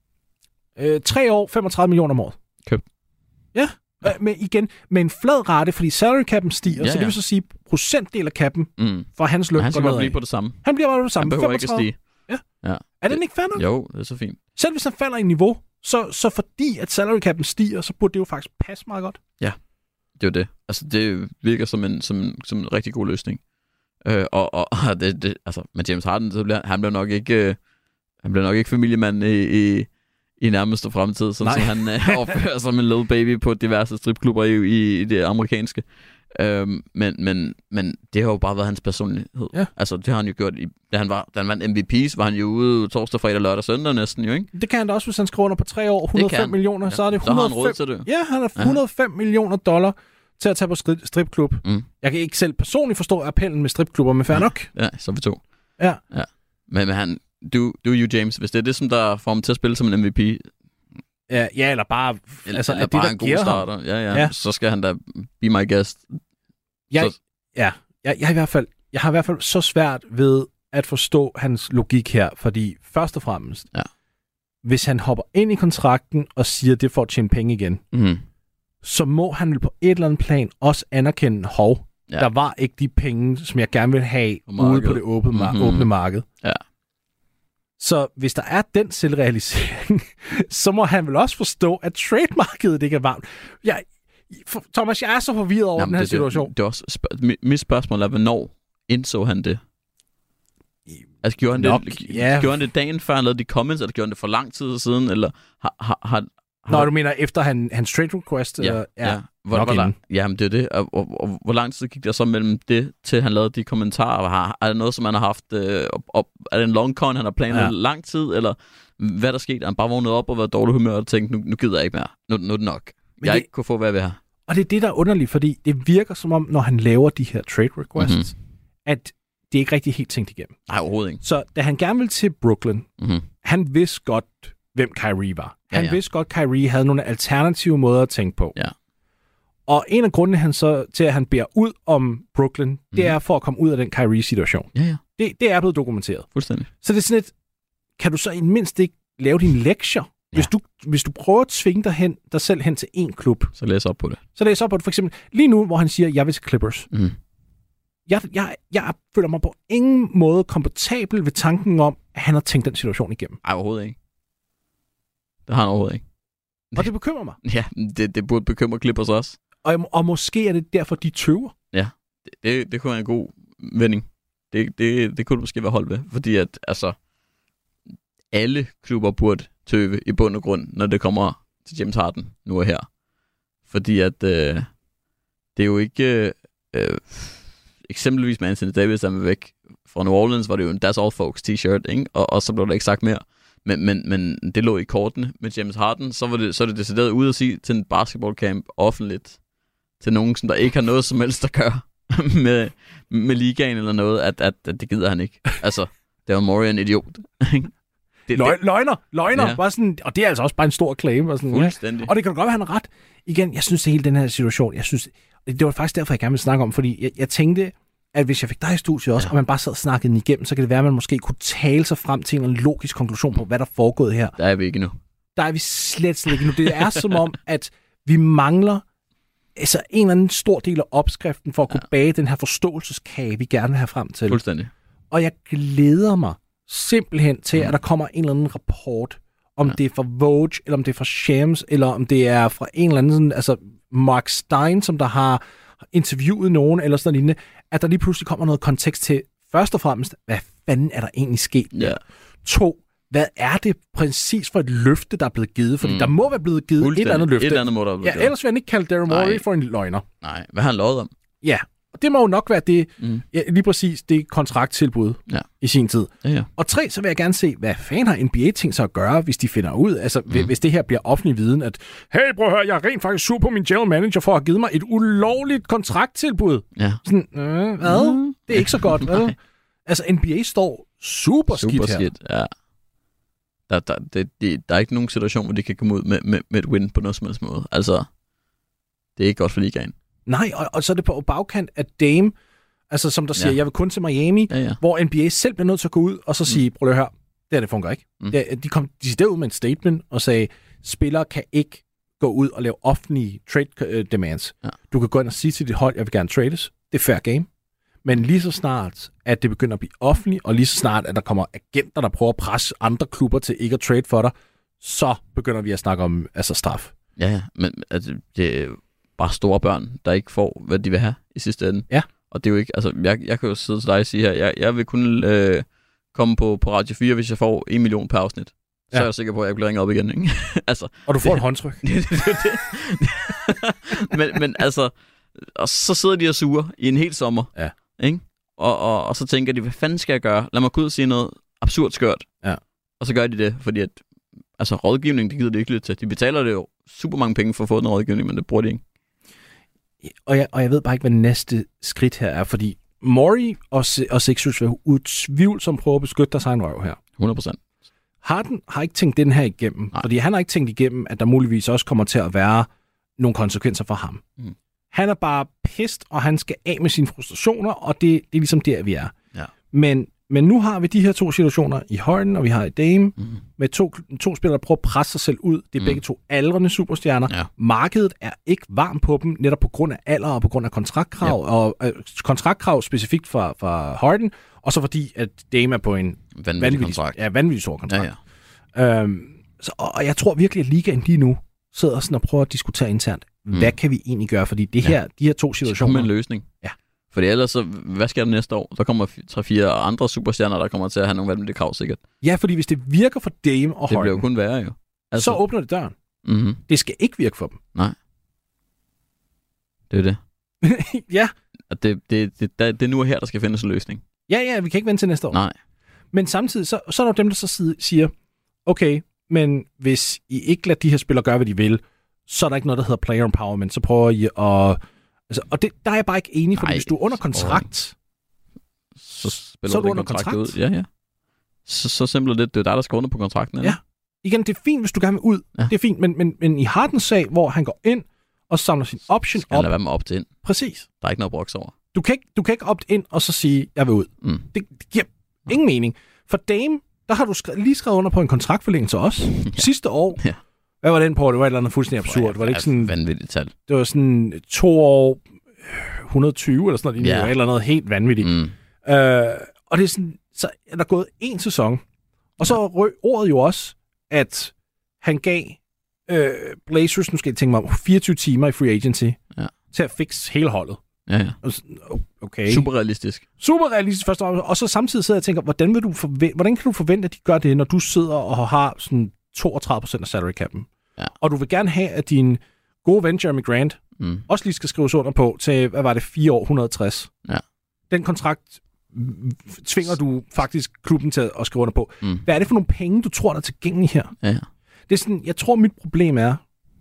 Øh, tre år, femogtredive millioner om året. Køb. Ja, ja. Øh, men igen, med en flad rate, fordi salary cap'en stiger, Ja, så det ja. vil så sige, procentdel af cap'en Mm. for hans løn Men han skal går bare nedad. blive på det samme. Han bliver bare på det Han samme. behøver ikke at femogtredive. stige. Er den ikke fair nok? Jo, det er så fint. Selv hvis han falder i niveau, så, så fordi at salary cap'en stiger, så burde det jo faktisk passe meget godt. Det er jo det. Altså, det virker som en, som, en- som en rigtig god løsning. Øh, og og det, det, altså, med James Harden, så bliver, han bliver nok ikke, øh, han bliver nok ikke familiemand i, i, i nærmeste fremtid, sådan Nej. som han øh, opfører sig med little baby på diverse stripklubber i, i, i det amerikanske. Øhm, men, men, men det har jo bare været hans personlighed. Ja. Altså, det har han jo gjort. I, da han var, da han vandt M V P's, var han jo ude torsdag, fredag, lørdag, søndag næsten, jo, ikke? Det kan han da også, hvis han skriver under på tre år, hundrede og fem han. millioner, så er det Så har han hundrede og råd fem. til det. Ja, han har Ja. hundrede og fem millioner dollar til at tage på stri- stripklub. Mm. Jeg kan ikke selv personligt forstå appellen med stripklubber, men fair nok. Ja, så er vi to. Ja. ja. Men, men han, du, du er jo James, hvis det er det, som der får ham til at spille som en M V P, Ja, ja eller bare, eller, altså, eller at bare det, der en god giver ham. starter, ja, ja, Ja. ja, så skal han da be my guest. Jeg, Så- ja, jeg, jeg, i hvert fald, jeg har i hvert fald så svært ved at forstå hans logik her, fordi først og fremmest, Ja. hvis han hopper ind i kontrakten og siger, at det får at tjene penge igen, Mm. så må han vel på et eller andet plan også anerkende, hov, Ja. der var ikke de penge, som jeg gerne vil have På ude markedet. på det åbne, mar- Mhm. åbne marked. Ja. Så hvis der er den selvrealisering, så må han vel også forstå, at trademarkedet ikke er varmt. Jeg, for, Thomas, jeg er så forvirret over Jamen, den her det, situation. Det, det er også spørg- mi- mit spørgsmål er, hvornår indså han det? Altså, gjorde han, Nok, det, ja. gjorde han det dagen før, han lavede de comments, eller gjorde han det for lang tid siden, eller har, har, har, Nå, du mener efter han, hans trade request? Ja, eller? ja. ja. Hvor, hvor lang, jamen, det er det. Og, og, og, hvor lang tid gik der så mellem det, til han lavede de kommentarer? Har, er det noget, som han har haft... Øh, op, op, er det en long con, han har planet ja. lang tid? Eller hvad der skete? Han bare vågnet op og været dårlig humør og tænkte, nu, nu gider jeg ikke mere. Nu, nu er det nok. Men jeg det, ikke kunne få, hvad jeg vil have. Og det er det, der er underligt, fordi det virker som om, når han laver de her trade requests, mm-hmm. at det ikke rigtig helt tænkt igennem. Nej, overhovedet ikke. Så da han gerne ville til Brooklyn, mm-hmm. han vidste godt, hvem Kyrie var. Han ja, ja. vidste godt, Kyrie havde nogle alternative måder at tænke på. Ja. Og en af grundene han så, til, at han beder ud om Brooklyn, mm. det er for at komme ud af den Kyrie-situation. Ja, ja. Det, det er blevet dokumenteret. Fuldstændig. Så det er sådan et, kan du så i mindst ikke lave dine lektier? Ja. Hvis, du, hvis du prøver at tvinge dig, hen, dig selv hen til en klub. Så læs op på det. Så læs op på det. For eksempel lige nu, hvor han siger, jeg vil til Clippers. Mm. Jeg, jeg, jeg føler mig på ingen måde komfortabel ved tanken om, at han har tænkt den situation igennem. Nej, overhovedet ikke. Det har han overhovedet ikke. Og det bekymrer mig. Ja, det, det burde bekymre Clippers også. Og, og måske er det derfor, de tøver. Ja, det, det, det kunne være en god vending. Det, det, det kunne måske være holdt ved. Fordi at, altså, alle klubber burde tøve i bund og grund, når det kommer til James Harden nu og her. Fordi at, øh, det er jo ikke... Øh, eksempelvis med Anthony Davis, der var væk fra New Orleans, var det jo en That's All Folks t-shirt, ikke? Og, og så blev der ikke sagt mere. Men, men, men det lå i kortene med James Harden, så var det, så er det decideret ud at sige til en basketballcamp offentligt, til nogen, som der ikke har noget som helst at gøre med, med ligaen eller noget, at, at, at det gider han ikke. Altså, det var Morey en idiot. det, Løg, løgner, løgner. Ja. Bare sådan, og det er altså også bare en stor claim. Og, sådan, fuldstændig. Ja. Og det kan godt være, han har ret. Igen, jeg synes, det hele den her situation, jeg synes, det var faktisk derfor, jeg gerne ville snakke om, fordi jeg, jeg tænkte, at hvis jeg fik dig i studiet også, ja. og man bare sad og snakkede den igennem, så kan det være, at man måske kunne tale sig frem til en logisk konklusion på, hvad der er foregået her. Der er vi ikke nu. Der er vi slet, slet ikke nu. Det er som om, at vi mangler altså en eller anden stor del af opskriften for at kunne ja. bage den her forståelseskage, vi gerne vil have frem til. Fuldstændig. Og jeg glæder mig simpelthen til, at der kommer en eller anden rapport, om ja. det er fra Vogue, eller om det er fra Shams, eller om det er fra en eller anden, sådan, altså Mark Stein, som der har interviewet nogen, eller sådan lignende, at der lige pludselig kommer noget kontekst til, først og fremmest, hvad fanden er der egentlig sket? Ja. To, hvad er det præcis for et løfte, der er blevet givet? Fordi mm. der må være blevet givet et eller andet løfte. Et eller andet må der være blevet ja, ellers vil han ikke kalde Daryl Morey for en løgner. Nej, hvad har han lovet om? Ja, og det må jo nok være det, mm. ja, lige præcis det kontrakttilbud ja. i sin tid. Ja, ja. Og tre, så vil jeg gerne se, hvad fanden har N B A tænkt sig at gøre, hvis de finder ud, altså mm. hvis det her bliver offentlig viden, at hey, prøv at høre, jeg er rent faktisk sur på min general manager for at have givet mig et ulovligt kontrakttilbud. Ja. Sådan, øh, hvad? Mm. Det er ikke så godt, vel? Altså, N B A står super, super skidt her. Skidt, ja. Der, der, det, det, der er ikke nogen situation, hvor de kan komme ud med, med, med et win på noget som helst måde. Altså, det er ikke godt for ligaen. Nej, og, og så er det på bagkant af Dame, altså som der siger, ja. jeg vil kun til Miami, ja, ja. hvor N B A selv bliver nødt til at gå ud og så sige, mm. prøv at høre, det her, det fungerer ikke. Mm. Det, de kom de ud med en statement og sagde, spillere kan ikke gå ud og lave offentlige trade uh, demands. Ja. Du kan gå ind og sige til dit hold, jeg vil gerne trades. Det er fair game. Men lige så snart, at det begynder at blive offentligt, og lige så snart, at der kommer agenter, der prøver at presse andre klubber til ikke at trade for dig, så begynder vi at snakke om altså straf. Ja, ja. Men altså, det er bare store børn, der ikke får, hvad de vil have i sidste ende. Ja. Og det er jo ikke, altså, jeg, jeg kan jo sidde til dig og sige her, jeg, jeg vil kun øh, komme på, på Radio fire, hvis jeg får en million per afsnit. Så ja. er jeg sikker på, at jeg bliver ringet op igen, ikke? altså, og du får det, et håndtryk. det, det, det, det. men, men altså, og så sidder de og suger i en hel sommer. Ja. Ikke? Og, og, og så tænker de, hvad fanden skal jeg gøre? Lad mig gå ud og sige noget absurd skørt. Ja. Og så gør de det, fordi at, altså rådgivning, det gider de ikke lidt til. De betaler det jo super mange penge for at få den rådgivning, men det bruger de ikke. Og jeg, og jeg ved bare ikke, hvad næste skridt her er, fordi Morey og, og Sixers vil utvivlsomt prøve at beskytte deres egen røv her. hundrede procent. Harden har ikke tænkt den her igennem, Nej. fordi han har ikke tænkt igennem, at der muligvis også kommer til at være nogle konsekvenser for ham. Mm. Han er bare pissed, og han skal af med sine frustrationer, og det, det er ligesom der, vi er. Ja. Men, men nu har vi de her to situationer i Harden, og vi har i Dame, mm. med to, to spillere, der prøver at presse sig selv ud. Det er mm. begge to aldrende superstjerner. Ja. Markedet er ikke varmt på dem, netop på grund af alder og på grund af kontraktkrav, ja. og øh, kontraktkrav specifikt fra, fra Harden, og så fordi, at Dame er på en vanvittig, vanvittig, kontrakt. Ja, vanvittig stor kontrakt. Ja, ja. Øhm, så, og jeg tror virkelig, at ligaen lige nu sidder sådan og prøver at diskutere internt. Mm. Hvad kan vi egentlig gøre? Fordi det her, ja. de her to situationer... Så kommer en løsning. Ja. Fordi ellers, så, hvad sker der næste år? Der kommer tre-fire andre superstjerner, der kommer til at have nogle vanvittige krav, sikkert. Ja, fordi hvis det virker for Dame og Det Harden... bliver jo kun værre, jo. Altså, så åbner det døren. Mm-hmm. Det skal ikke virke for dem. Nej. Det er det. ja. Og det, det, det, det, det er nu og her, der skal findes en løsning. Ja, ja, vi kan ikke vente til næste år. Nej. Men samtidig, så, så er der dem, der så siger, okay, men hvis I ikke lader de her spillere gøre, hvad de vil, så er der ikke noget, der hedder player empowerment. Så prøver I at... Altså, og det, der er jeg bare ikke enig, for hvis du er under kontrakt, så, spiller så er du under kontrakt. kontrakt. Ud. Ja, ja. Så, så simpelt det, det er dig, der skal under på kontrakten. Eller? Ja. Igen, det er fint, hvis du gerne vil ud. Ja. Det er fint, men, men, men i Hardens sag, hvor han går ind og samler sin option skal op... Skal han lade være med opt ind. Præcis. Der er ikke noget broks over. Du kan ikke, du kan ikke opt ind og så sige, jeg vil ud. Mm. Det, det giver ingen mening. For Dame, der har du skrevet, lige skrevet under på en kontraktforlængelse også. Ja. Sidste år. Ja. Hvad var den på? Det var et eller andet fuldstændig absurd. Ja, var det ikke sådan... Vanvittigt tal. Det var sådan to år... et hundrede og tyve eller sådan noget. Ja. Eller noget helt vanvittigt. Mm. Øh, og det er sådan... Så er der gået en sæson. Og så røg ordet jo også, at han gav øh, Blazers, nu skal jeg tænke mig om, fireogtyve timer i free agency ja. til at fixe hele holdet. Ja, ja. Okay. Super realistisk. Super realistisk første år. Og så samtidig sidder jeg og tænker, hvordan, vil du forvente, hvordan kan du forvente, at de gør det, når du sidder og har sådan toogtredive procent af salary cap'en? Ja. Og du vil gerne have, at din gode ven Jeremy Grant mm. også lige skal skrives under på til, hvad var det, fire år, et hundrede og tres. Ja. Den kontrakt tvinger du faktisk klubben til at skrive under på. Mm. Hvad er det for nogle penge, du tror, der er tilgængelige her? Ja, ja. Det er sådan, jeg tror, mit problem er,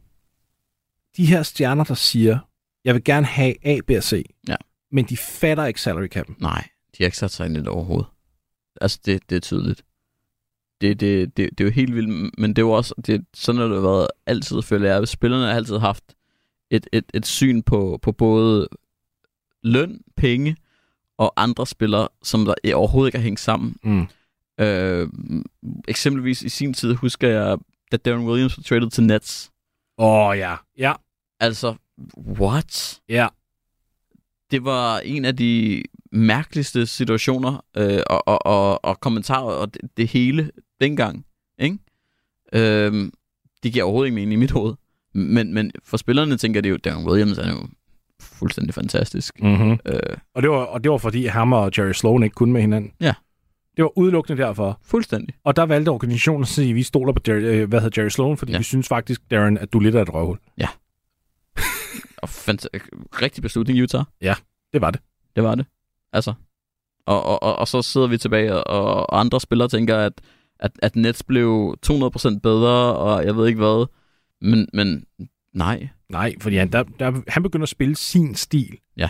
de her stjerner, der siger, jeg vil gerne have A, B og C, ja. Men de fatter ikke salary cap'en. Nej, de har ikke sat sig ind i det overhovedet. Altså, det, det er tydeligt. Det, det, det, det er jo helt vildt, men det er jo også, det, sådan har det været altid, føler jeg. Spillerne har altid haft et, et, et syn på, på både løn, penge og andre spillere, som der overhovedet ikke har hængt sammen. Mm. Øh, eksempelvis i sin tid husker jeg, da Darren Williams var traded til Nets. Åh, oh, ja. Ja. Altså, what? Ja. Det var en af de mærkeligste situationer øh, og, og, og, og kommentarer og det, det hele dengang. Ikke? Øh, det giver overhovedet ikke mening i mit hoved. Men, men for spillerne tænker jeg, det jo, Darren Williams er jo fuldstændig fantastisk. Mm-hmm. Øh. Og, det var, og det var fordi ham og Jerry Sloan ikke kunne med hinanden. Ja. Det var udelukkende derfor. Fuldstændig. Og der valgte organisationen at sige, at vi stoler på Jerry, hvad hedder Jerry Sloan, fordi ja. vi synes faktisk, Darren, at du er lidt af et røvhul. Ja. Og fant- rigtig beslutning i Utah. Ja, det var det. Det var det. Altså. Og, og, og, og så sidder vi tilbage, og, og andre spillere tænker, at, at, at Nets blev to hundrede procent bedre, og jeg ved ikke hvad. Men, men nej. Nej, fordi han, der, der, han begynder at spille sin stil. Ja.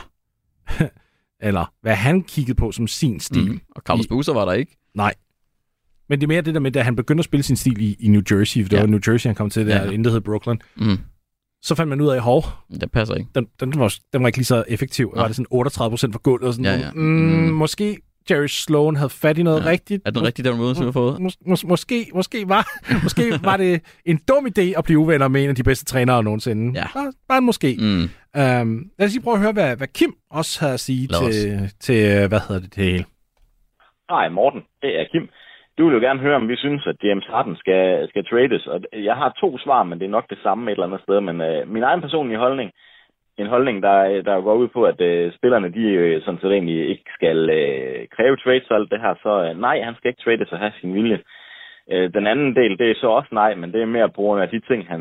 Eller hvad han kiggede på som sin stil. Mm. Og Carlos Boozer var der ikke. Nej. Men det er mere det der med, at han begynder at spille sin stil i, i New Jersey, for det ja. var New Jersey, han kom til, der ja. intet hed Brooklyn. Mm. Så fandt man ud af, hov, det passer ikke. Den, den, var, den var ikke lige så effektiv. Nej. Var det sådan otteogtredive procent for gulvet og sådan ja, ja. Mm, mm. Måske Jerry Sloan havde fat i noget ja. rigtigt. Er den rigtige, der måde, som vi har fået? Mås- mås- måske, måske, var, måske var det en dum idé at blive uvenner med en af de bedste trænere nogensinde. Ja. Bare, bare måske. Mm. Um, lad os lige prøve at høre, hvad, hvad Kim også har at sige til, til, hvad hedder det, det hele. Hej Morten, det er Kim. Du vil jo gerne høre, om vi synes, at James Harden skal, skal trades. Og jeg har to svar, men det er nok det samme et eller andet sted. Men uh, min egen personlige holdning, en holdning, der, der går ud på, at uh, spillerne, de uh, sådan set egentlig ikke skal uh, kræve trades og alt det her. Så uh, nej, han skal ikke trades og have sin vilje. Uh, den anden del, det er så også nej, men det er mere på grund af de ting, han...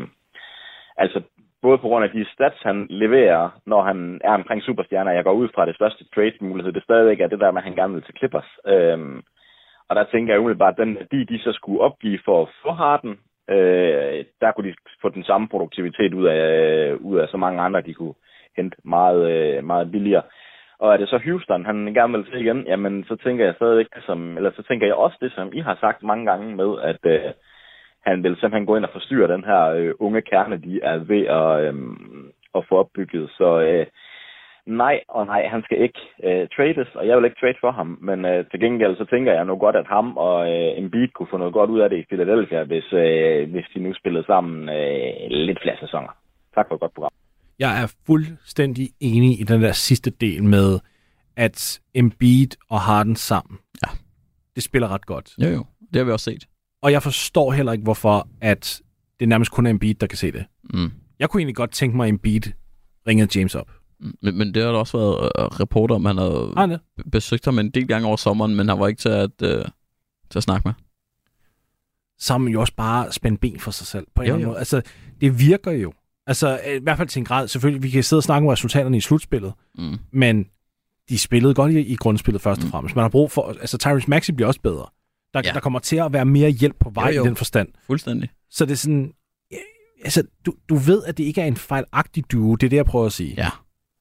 Altså, både på grund af de stats, han leverer, når han er omkring superstjerner. Jeg går ud fra det største trade-mulighed. Det stadigvæk er det der, med han gerne vil til Clippers. Uh, Og der tænker jeg umiddelbart, at den værdi, de så skulle opgive for at få Harden, øh, der kunne de få den samme produktivitet ud af, ud af så mange andre, de kunne hente meget, øh, meget billigere. Og er det så Houston, han gerne vil til igen, jamen så tænker jeg stadigvæk, som, eller så tænker jeg også det, som I har sagt mange gange med, at øh, han vil simpelthen gå ind og forstyrre den her øh, unge kerne, de er ved at, øh, at få opbygget. Så øh, nej og nej, han skal ikke øh, trades, og jeg vil ikke trade for ham. Men øh, til gengæld så tænker jeg nu godt, at ham og øh, Embiid kunne få noget godt ud af det i Philadelphia, hvis, øh, hvis de nu spillede sammen øh, lidt flere sæsoner. Tak for et godt program. Jeg er fuldstændig enig i den der sidste del med, at Embiid og Harden sammen, ja. det spiller ret godt. Jo jo, det har vi også set. Og jeg forstår heller ikke, hvorfor at det nærmest kun er Embiid, der kan se det. Mm. Jeg kunne egentlig godt tænke mig, at Embiid ringede James op. Men, men det har der også været uh, reporter om, han havde ah, besøgt ham en del gange over sommeren, men han var ikke til at, uh, til at snakke med. så har man jo også bare spændt ben for sig selv på en jo, eller anden jo. måde. Altså, det virker jo. Altså, i hvert fald til en grad. Selvfølgelig, vi kan sidde og snakke om resultaterne i slutspillet, Mm. men de spillede godt i, i grundspillet først og Mm. fremmest. Man har brug for... Altså, Tyrese Maxey bliver også bedre. Der, Ja. der kommer til at være mere hjælp på vej Jo, jo. i den forstand. Fuldstændig. Så det er sådan... Ja, altså, du, du ved, at det ikke er en fejlagtig duo. Det er det, jeg prøver at sige. Ja.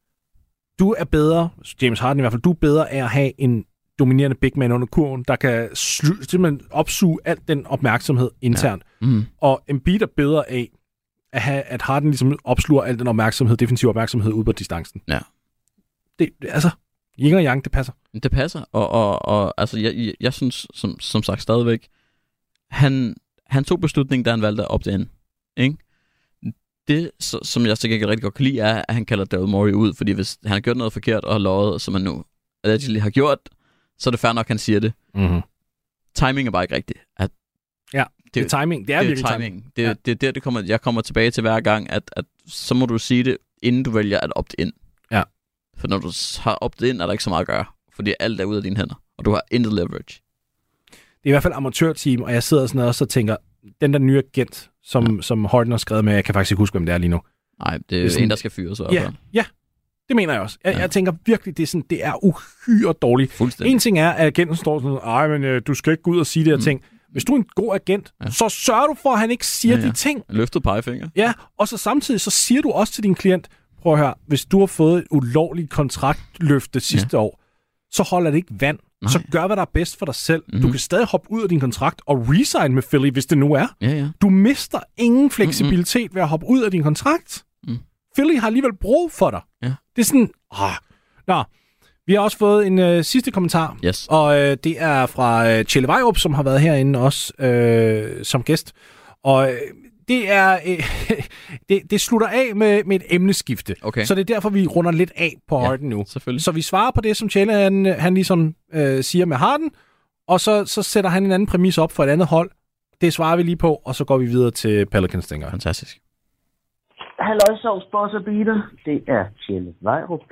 Du er bedre, James Harden i hvert fald, du er bedre af at have en dominerende big man under kurven, der kan slu- simpelthen opsuge alt den opmærksomhed internt. Ja. Mm. Og Embiid er bedre af at, have, at Harden ligesom opsluger al den opmærksomhed, defensiv opmærksomhed ude på distancen. Ja. Det, altså, yin og yang, det passer. Det passer, og, og, og altså, jeg, jeg, jeg synes, som, som sagt stadigvæk, han, han tog beslutningen, da han valgte at opte ind. Ikke? Det, så, som jeg så ikke rigtig godt kan lide, er, at han kalder Daryl Morey ud, fordi hvis han har gjort noget forkert og har løjet, som han nu allegedly har gjort, så er det fair nok, han siger det. Mm-hmm. Timing er bare ikke rigtigt. At Ja, det, det er timing. Det er, det er virkelig timing. timing. Det, Ja. det er der, det kommer, jeg kommer tilbage til hver gang, at, at så må du sige det, inden du vælger at opte ind. Ja. For når du har optet ind, er der ikke så meget at gøre, fordi alt er ude af dine hænder, og du har intet leverage. Det er i hvert fald amatørteam, og jeg sidder sådan også og tænker, den der nye agent, som, ja. som Harden har skrevet med, jeg kan faktisk ikke huske, hvem det er lige nu. Nej, det er, Det er det sådan- en, der skal fyres. i hvert Ja, fald. ja, det mener jeg også. Jeg, Ja. jeg tænker virkelig, det er, sådan, det er uhyre dårligt. Fuldstændig. En ting er, at agenten står sådan, ej, men øh, du skal ikke gå ud og sige det her Mm. ting. Hvis du er en god agent, Ja. ja. så sørger du for, at han ikke siger Ja, ja. de ting. Løftet pegefinger. Ja, og så samtidig, så siger du også til din klient, prøv at høre, hvis du har fået et ulovligt kontraktløfte sidste ja. år, så holder det ikke vand. Nej. Så gør, hvad der er bedst for dig selv. Mhm. Du kan stadig hoppe ud af din kontrakt og resign med Philly, hvis det nu er. Ja, ja. Du mister ingen fleksibilitet mm-hmm. ved at hoppe ud af din kontrakt. Mm. Philly har alligevel brug for dig. Ja. Det er sådan... Åh. Nå, vi har også fået en øh, sidste kommentar, Yes. og øh, det er fra øh, Tjelle Vejrup, som har været herinde også øh, som gæst. Og øh, det er øh, det, det slutter af med, med et emneskifte. Okay. Så det er derfor, vi runder lidt af på Ja. Harden nu. Selvfølgelig. Så vi svarer på det, som Tjelle han, han ligesom øh, siger med Harden, og så, så sætter han en anden præmis op for et andet hold. Det svarer vi lige på, og så går vi videre til Pelicans, tænker jeg. Fantastisk. Halløj, sovs, boss og beater. Det er Tjelle Vejrup.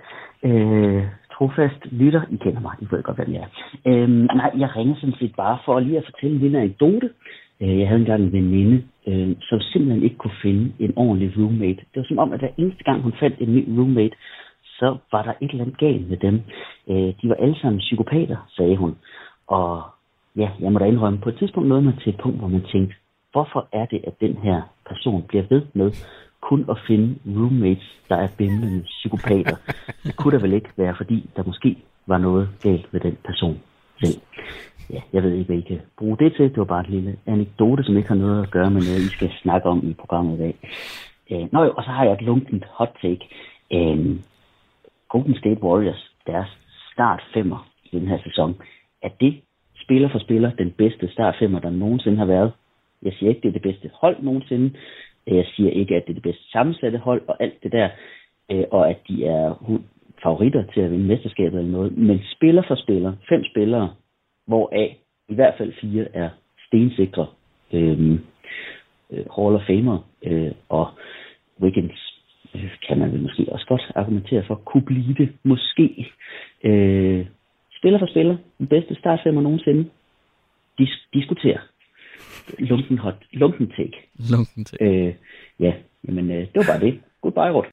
Øh, trofast lytter. I kender mig, I ved godt, hvem jeg er. Øh, nej, jeg ringer sådan set bare for lige at fortælle en lille anekdote. Øh, jeg havde engang en veninde, øh, som simpelthen ikke kunne finde en ordentlig roommate. Det var som om, at hver eneste gang hun fandt en ny roommate, så var der et eller andet galt med dem. Øh, de var alle sammen psykopater, sagde hun. Og ja, jeg må da indrømme, på et tidspunkt nåede man til et punkt, hvor man tænkte, hvorfor er det, at den her person bliver ved med kun at finde roommates, der er bimlende psykopater? Det kunne da vel ikke være, fordi der måske var noget galt ved den person selv. Ja, jeg ved ikke, hvad I kan bruge det til. Det var bare et lille anekdote, som ikke har noget at gøre med noget, I skal snakke om i programmet i dag. Øh, nå jo, og så har jeg et lunkent hot take. Øh, Golden State Warriors, deres start femmer i den her sæson, er det spiller for spiller den bedste start femmer, der nogensinde har været? Jeg siger ikke, det er det bedste hold nogensinde. Jeg siger ikke, at det er det bedste sammensatte hold og alt det der, øh, og at de er favoritter til at vinde mesterskabet eller noget. Men spiller for spiller, fem spillere, hvoraf i hvert fald fire er stensikre øh, øh, Hall of Famer, øh, og Wiggins øh, kan man vel måske også godt argumentere for, kunne blive det måske. Øh, spiller for spiller, den bedste startfemmer nogensinde. Dis- diskutere. Lunken hot, lunken take. Lunken take. Øh, ja, jamen øh, det var bare det. Goodbye, Rut.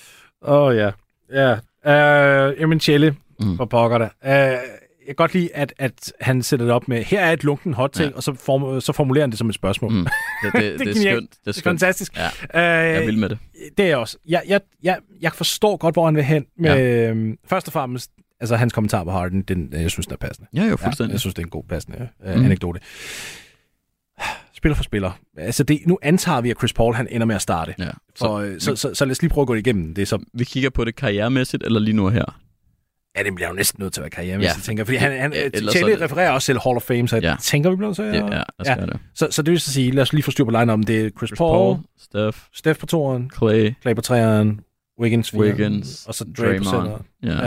Åh, oh, ja. Ja. Uh, jamen, Tjelle, Mm. for pokker da. Uh, jeg kan godt lide, at, at han sætter det op med, her er et lunken hot take, Ja. og så, form, så formulerer han det som et spørgsmål. Mm. Det, det, det, det er genialt. skønt. Det er Det er skønt. fantastisk. Ja. Uh, Jeg vil med det. Det er jeg også. Jeg, jeg, jeg, jeg forstår godt, hvor han vil hen. Med, ja. øhm, først og fremmest, altså hans kommentar på Harden, den, jeg synes, den er passende. Ja, jo, Ja, fuldstændig. jeg synes, det er en god passende øh, Mm. anekdote. Spiller for spiller. Altså det, nu antager vi, at Chris Paul han ender med at starte. Ja. For, øh, så, så, så lad os lige prøve at gå det igennem. Det er så, Vi kigger på det karrieremæssigt, eller lige nu og her? ja, det bliver jo næsten nødt til at være karriere, Ja. ja. tænker jeg. Fordi han, han, Ja, ja, ellers så er Tjelle det- refererer også til Hall of Fame, så jeg Ja. tænker, vi bliver nødt til at... Det, ja, lad os ja. gøre det. Så, så det vil så sige, lad os lige få styr på line-up. Det er Chris, Chris Paul, Paul, Steph, Steph på toeren, Clay, Clay på treeren, Wiggins, fireren, Wiggins, og så Dre på Draymond. centeren. Ja. Ja.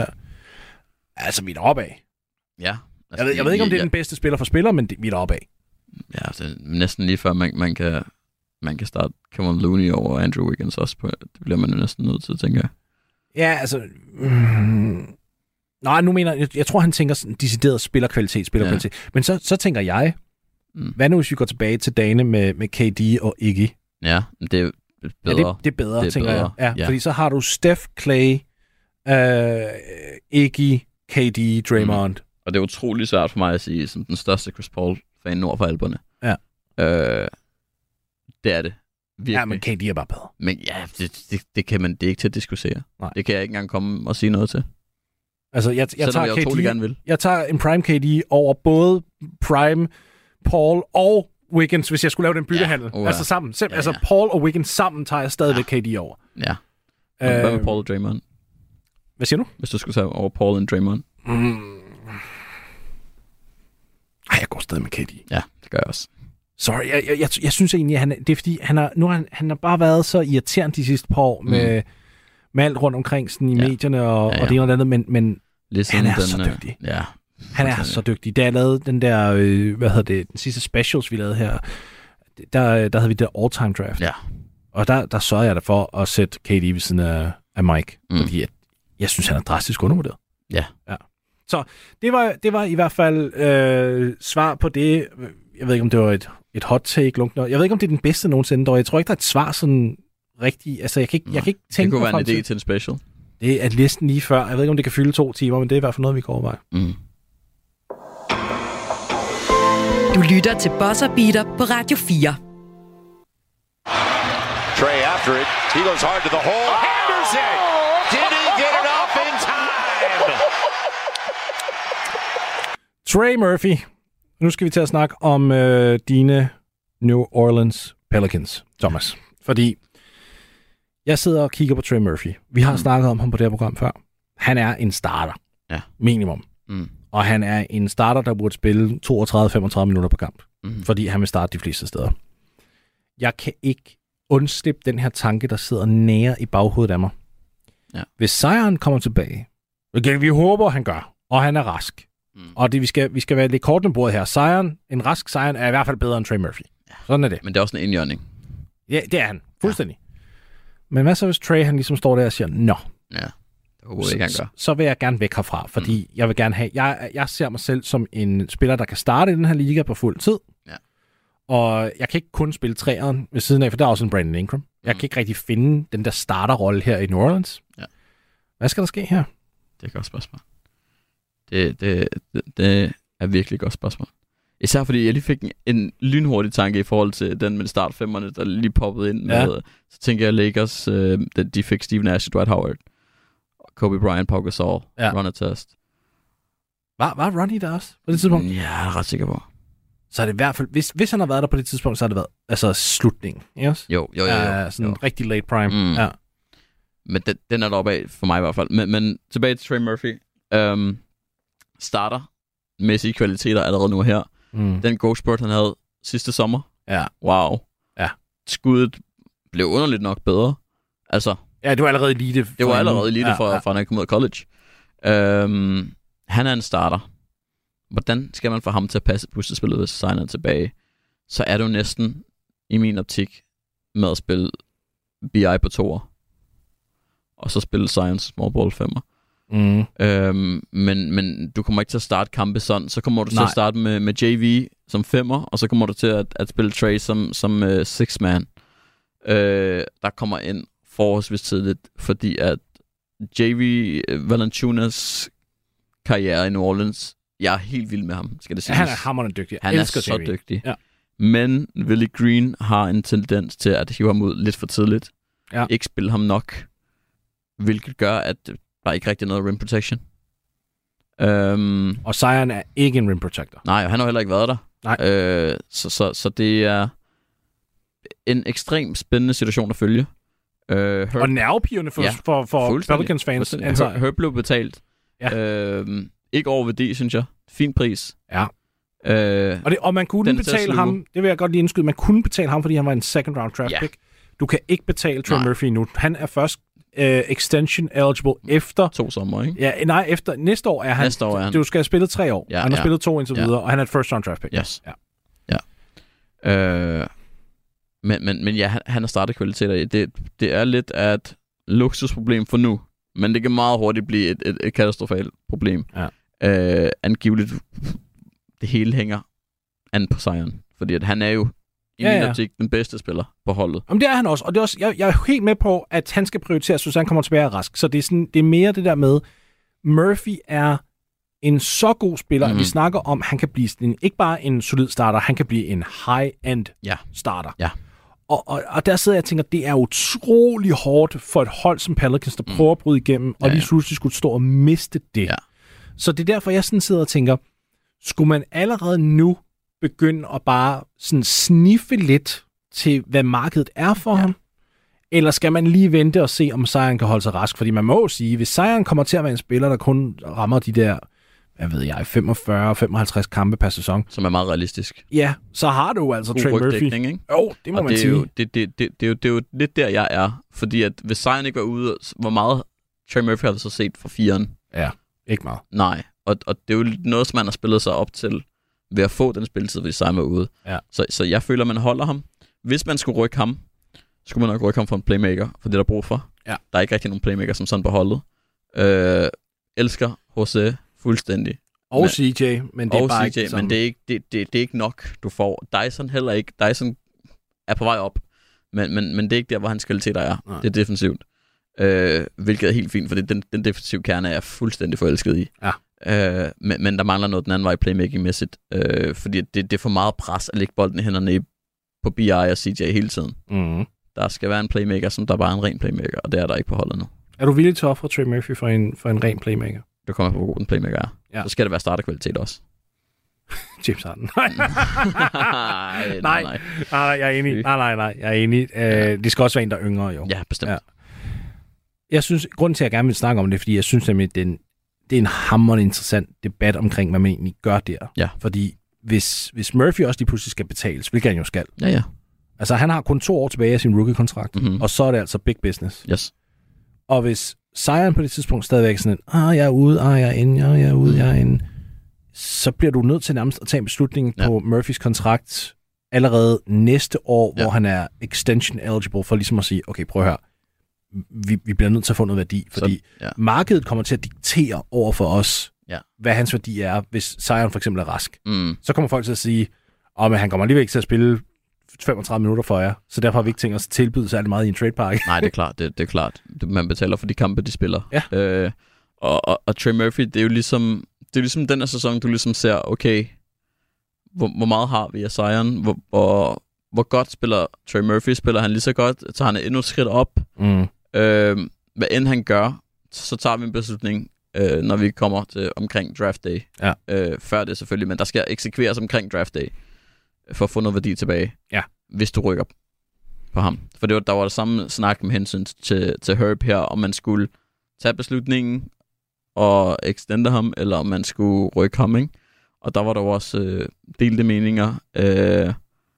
Altså, vi er deroppe af. Ja. Jeg ved, jeg ved ikke, om det er den bedste spiller for spiller, men det, vi er deroppe af. Ja, det er næsten lige før, man, man, kan, man kan starte Kevin Looney over Andrew Wiggins også. På, det bliver man jo næsten nødt til, tænker jeg. Ja, altså... Mm, nej, nu mener jeg... Jeg tror, han tænker sådan decideret spillerkvalitet, spillerkvalitet. Ja. Men så, så tænker jeg, Mm. Hvad nu, hvis vi går tilbage til dagene med, med K D og Iggy? Ja, det er bedre. Ja, det, det er bedre, det er tænker bedre. jeg. Ja, Ja. fordi så har du Steph, Clay, øh, Iggy, K D, Draymond. Mm. Og det er utrolig svært for mig at sige, som den største Chris Paul-fan nord for Alperne. Ja. Øh, det er det. Virkelig. Ja, men K D er bare bedre. Men ja, det, det, det kan man det er ikke til at diskutere. Nej. Det kan jeg ikke engang komme og sige noget til. Altså, jeg, jeg, Selvom tager jeg K D, utrolig gerne vil. jeg tager en prime K D over både prime Paul og Wiggins, hvis jeg skulle lave den byttehandel. Ja, uh, altså sammen. Sim- ja, ja. Altså Paul og Wiggins sammen tager jeg stadigvæk Ja. K D over. Ja. Men Øh, hvad med Paul og Draymond? Hvad siger du? Hvis du skulle tage over Paul og Draymond? Mm. Ej, jeg går stadig med K D. Ja, det gør jeg også. Sorry, jeg, jeg, jeg, jeg synes egentlig, at han, det er fordi, han har, nu har han, han har bare været så irriterende de sidste par år med, mm. med alt rundt omkring sådan i Ja. medierne og, Ja, ja. og det ene og det andet, men, men Ligesom han er den, så øh, dygtig. Ja. Han er så dygtig. Da jeg lavede den der, øh, hvad hedder det, den sidste specials, vi lavede her, der, der havde vi det all-time draft. Ja. Og der, der sørgede jeg da for at sætte K D ved siden af, af Mike, Mm. fordi jeg, jeg synes, han er drastisk undervurderet. Ja. ja. Så det var, det var i hvert fald øh, svar på det. Jeg ved ikke, om det var et, et hot take. Lunk. Jeg ved ikke, om det er den bedste nogensinde, dog. Jeg tror ikke, der er et svar sådan rigtigt. Altså, jeg kan ikke, jeg kan ikke tænke Det kunne mig være en frem idé til en special. Det er listen lige før. Jeg ved ikke, om det kan fylde to timer, men det er i hvert fald noget, vi kan overveje. Mm. Du lytter til Buzzer Beater på Radio fire. Trey after it. He goes hard to the hole. Hammers it. Did he get it off in time? Trey Murphy. Nu skal vi til at snakke om øh, dine New Orleans Pelicans, Thomas. Fordi jeg sidder og kigger på Trey Murphy. Vi har mm. snakket om ham på det her program før. Han er en starter. Ja. Minimum. Mm. Og han er en starter, der burde spille toogtredive til femogtredive minutter på kamp. Mm. Fordi han vil starte de fleste steder. Jeg kan ikke undslippe den her tanke, der sidder nære i baghovedet af mig. Ja. Hvis Zion kommer tilbage, okay, vi håber, han gør, og han er rask. Mm. Og det, vi, skal, vi skal være lidt kort med bordet her. Zion, en rask Zion er i hvert fald bedre end Trey Murphy. Ja. Sådan er det. Men det er også en indjørning. Ja, det er han. Fuldstændig. Ja. Men hvad så, hvis Trey han ligesom står der og siger, nå, Ja, det håber jeg ikke, han gør. så, så vil jeg gerne væk herfra, fordi mm. jeg vil gerne have, jeg, jeg ser mig selv som en spiller, der kan starte i den her liga på fuld tid. Ja. Og jeg kan ikke kun spille træeren ved siden af, for der er også en Brandon Ingram. Jeg Mm. kan ikke rigtig finde den der starterrolle her i New Orleans. Ja. Hvad skal der ske her? Det er et godt spørgsmål. Det, det, det, det er virkelig et godt spørgsmål. Især fordi jeg lige fik en, en lynhurtig tanke i forhold til den med startfemmerne, der lige poppede ind med. Ja. Så tænker jeg, Lakers, øh, de fik Steve Nash, Dwight Howard, Kobe Bryant, Pau Gasol, Ja. Ron Artest. Var, var Ronnie der også på det tidspunkt? Ja, jeg er ret sikker på. Så er det i hvert fald, hvis, hvis han har været der på det tidspunkt, så har det været altså slutningen. Yes? Jo, jo, jo. jo, Ja, sådan jo. rigtig late prime. Mm. Ja. Men den, den er deroppe af, for mig i hvert fald. Men, men tilbage til Trey Murphy. Um, starter mæssige kvaliteter allerede nu her. Mm. Den go spurt, han havde sidste sommer. Ja. Wow. Ja. Skuddet blev underligt nok bedre. Altså, Ja, det var allerede elite. det var allerede elite ja, fra, ja. fra han kom ud af college. Um, han er en starter. Hvordan skal man få ham til at passe puslespillet, hvis Zion er tilbage? Så er du næsten, i min optik, med at spille B I på toer. Og så spille Zion small ball femmer. Mm. Øhm, men, men du kommer ikke til at starte kampe sådan. Så kommer du Nej. til at starte med, med J V som femmer, og så kommer du til at, at spille Trey som, som uh, six-man. Øh, der kommer ind forholdsvis tidligt, fordi at J V Valanciunas karriere i New Orleans, jeg er helt vild med ham, skal det siges. Han er hammerende dygtig. Jeg Han er elsker så J V. dygtig. Ja. Men Willie Green har en tendens til at hive ham ud lidt for tidligt. Ja. Ikke spille ham nok. Hvilket gør, at der ikke rigtig er noget rim protection. Um, Og Zion er ikke en rim protector. nej, og han har heller ikke været der. Nej. Øh, så, så, så det er en ekstremt spændende situation at følge. Øh, Herb, Og nervepigerne for, Ja, for, for fuldstændig. Pelicans fans. fuldstændig. Altså, Herb, Herb blev betalt. Ja. Øh, ikke over værdi, synes jeg. Fin pris. Ja. Øh, og, det, og man kunne Den er til at betale sluge. ham, det vil jeg godt lige indskyde, man kunne betale ham, fordi han var en second round draft Ja. pick. Du kan ikke betale Trey Nej. Murphy nu. Han er først uh, extension eligible efter... to sommer, ikke? Ja, nej, efter næste år er han... Næste år er han. Du skal have spillet tre år. Ja, han har ja. spillet to indtil Ja. videre, og han er et first round draft pick. Yes. Ja. Ja. Øh, men, men, men ja, han, han har startet kvaliteter i. Det, det er lidt af et luksusproblem for nu, men det kan meget hurtigt blive et, et, et katastrofalt problem. Ja. Øh, angiveligt, det hele hænger an på Zion. Fordi at han er jo i ja, min ja. optik den bedste spiller på holdet. Jamen, det er han også. Og det er også, jeg, jeg er helt med på, at han skal prioritere, så han kommer tilbage rask. Så det er, sådan, det er mere det der med, Murphy er en så god spiller, mm-hmm. at vi snakker om, han kan blive sådan, ikke bare en solid starter, han kan blive en high-end ja. starter. Ja. Og, og, og der sidder jeg og tænker, det er utrolig hårdt for et hold som Pelicans, der mm. prøver at bryde igennem, og ja, ja. lige pludselig skulle stå og miste det. Ja. Så det er derfor, jeg sådan sidder og tænker, skulle man allerede nu begynde at bare sådan sniffe lidt til, hvad markedet er for ja. ham? Eller skal man lige vente og se, om Zion kan holde sig rask? Fordi man må jo sige, hvis Zion kommer til at være en spiller, der kun rammer de der, hvad ved jeg, femogfyrre til femoghalvtreds kampe per sæson. Som er meget realistisk. Ja, så har du altså Trey Murphy. Ikke? Jo, det må og man det sige. Jo, det, det, det, det, er jo, det er jo lidt der, jeg er. Fordi at hvis Zion ikke var ude, hvor meget Trey Murphy har vi så set fra firen? Ja, ikke meget. Nej, og, og det er jo noget, som man har spillet sig op til ved at få den spilletid, hvis Zion var ude. Ja. Så, så jeg føler, man holder ham. Hvis man skulle rykke ham, skulle man nok rykke ham for en playmaker, for det der er brug for. Ja. Der er ikke rigtig nogen playmaker som sådan på holdet. Øh, elsker Jose fuldstændig. Og men, C J, men det er bare C J, ikke men det er ikke, det, det, det er ikke nok, du får. Dyson heller ikke. Dyson er på vej op, men, men, men det er ikke der, hvor hans kvaliteter er. Nej. Det er defensivt. Øh, hvilket er helt fint, for den, den defensive kerne er jeg fuldstændig forelsket i. Ja. Øh, men, men der mangler noget den anden vej playmaking-mæssigt, øh, fordi det, det er for meget pres at lægge bolden i hænderne i, på B I og C J hele tiden. Mm. Der skal være en playmaker, som der bare er en ren playmaker, og det er der ikke på holdet nu. Er du villig til at ofre Trey Murphy for en, for en ren playmaker? Det kommer på, hvor god en playmaker er. Ja. Så skal det være starterkvalitet også. James Harden. nej, nej, nej, nej. Nej, jeg er enig. Nej, nej, nej, jeg er enig. Ja. Uh, det skal også være en, der er yngre, jo. Ja, bestemt. Ja. Jeg synes, grunden til, at jeg gerne vil snakke om det, fordi jeg synes nemlig, det er en, det er en hammerende interessant debat omkring, hvad man egentlig gør der. Ja. Fordi hvis, hvis Murphy også lige pludselig skal betales, hvilket han jo skal. Ja, ja. Altså, han har kun to år tilbage af sin rookie-kontrakt, mm-hmm. og så er det altså big business. Yes. Og hvis Zion på det tidspunkt stadigvæk er sådan en, ah, jeg er ude, ah, jeg er inde, ah, jeg er ude, jeg er inde, så bliver du nødt til nærmest at tage en beslutning ja. på Murphys kontrakt allerede næste år, ja. hvor han er extension eligible, for ligesom at sige, okay, prøv at høre, vi, vi bliver nødt til at få noget værdi, fordi så, ja. markedet kommer til at diktere over for os, ja. hvad hans værdi er, hvis Zion for eksempel er rask. Mm. Så kommer folk til at sige, åh, oh, men han kommer alligevel ikke til at spille femogtredive minutter for jer, så derfor har vi ikke tænkt os at tilbyde særlig meget i en tradepakke. Nej, det er klart. Det, det er klart. Man betaler for de kampe, de spiller. Ja. Øh, og, og, og Trey Murphy, det er jo ligesom, det er ligesom den her sæson, du ligesom ser, okay, hvor, hvor meget har vi af Zion? Hvor, hvor, hvor godt spiller Trey Murphy? Spiller han lige så godt? Tager han endnu et skridt op? Mm. Øh, hvad end han gør, så tager vi en beslutning, øh, når vi kommer til omkring draft day. Ja. Øh, før det selvfølgelig, men der skal eksekveres omkring draft day, for at få noget værdi tilbage. Ja. Hvis du rykker på ham. For det var, der var det samme snak med hensyn til, til Herb her, om man skulle tage beslutningen og extende ham, eller om man skulle rykke ham, ikke? Og der var der også øh, delte meninger. Øh,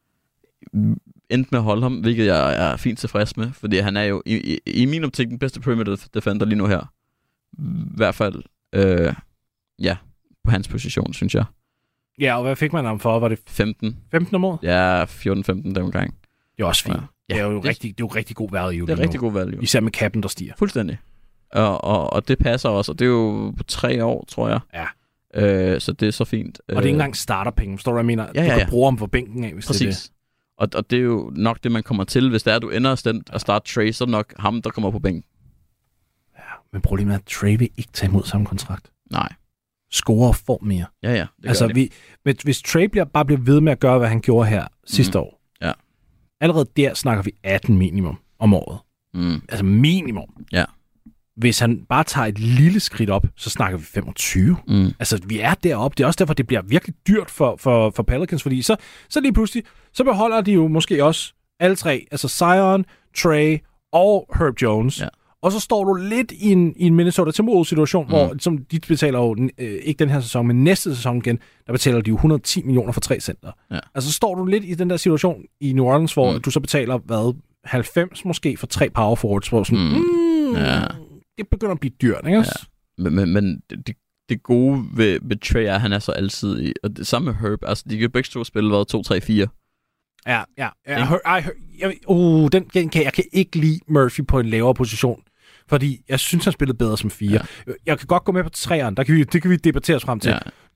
endte med at holde ham, hvilket jeg er fint tilfreds med, fordi han er jo i, i, i min optik den bedste perimeter defender lige nu her. I hvert fald, øh, ja, på hans position, synes jeg. Ja, og hvad fik man ham for? Var det femten? femten om året? Ja, fjorten femten den gang. Det er også fint. Ja. Det er jo det, rigtig, det er jo rigtig god value. Det er rigtig god value. Især med kappen, der stiger. Fuldstændig. Og, og, og det passer også, og det er jo på tre år, tror jeg. Ja. Øh, så det er så fint. Og det er ikke engang starterpenge, forstår du, hvad jeg mener? Ja, ja, ja. Du kan bruge ham på bænken af, hvis præcis. det er det. Og, og det er jo nok det, man kommer til. Hvis det er, at du ender stand at starte Trey, så er det nok ham, der kommer på bænken. Ja, men problemet er, at Trey vil ikke tage imod samme kontrakt. Nej. Score og får mere. Ja, ja. Det altså, vi, hvis Trey bliver, bare bliver ved med at gøre, hvad han gjorde her sidste mm. år, ja. allerede der snakker vi atten minimum om året. Mm. Altså minimum. Ja. Hvis han bare tager et lille skridt op, så snakker vi femogtyve. Mm. Altså, vi er deroppe. Det er også derfor, det bliver virkelig dyrt for, for, for Pelicans, fordi så, så lige pludselig, så beholder de jo måske også alle tre. Altså Zion, Trey og Herb Jones. Ja. Og så står du lidt i en, i en Minnesota Timberwolves-situation, mm. hvor som de betaler jo øh, ikke den her sæson, men næste sæson igen, der betaler de jo et hundrede og ti millioner for tre center. Ja. Altså, så står du lidt i den der situation i New Orleans, hvor mm. du så betaler, hvad, halvfems måske for tre power forwards, hvor sådan, mm. Mm, ja. det begynder at blive dyrt, ikke også? Ja. Men, men, men det, det gode ved, ved Trey er, at han er så alsidig. Og det samme med Herb. Altså, de kan begge to spille, hvad, to, tre, fire. Ja, ja. ja. Her, ej, her, jeg, uh, den, den kan, jeg kan ikke lide Murphy på en lavere position. Fordi jeg synes, han spillede bedre som fire. Ja. Jeg kan godt gå med på træerne. Der kan vi, det kan vi debattere os frem til. Ja.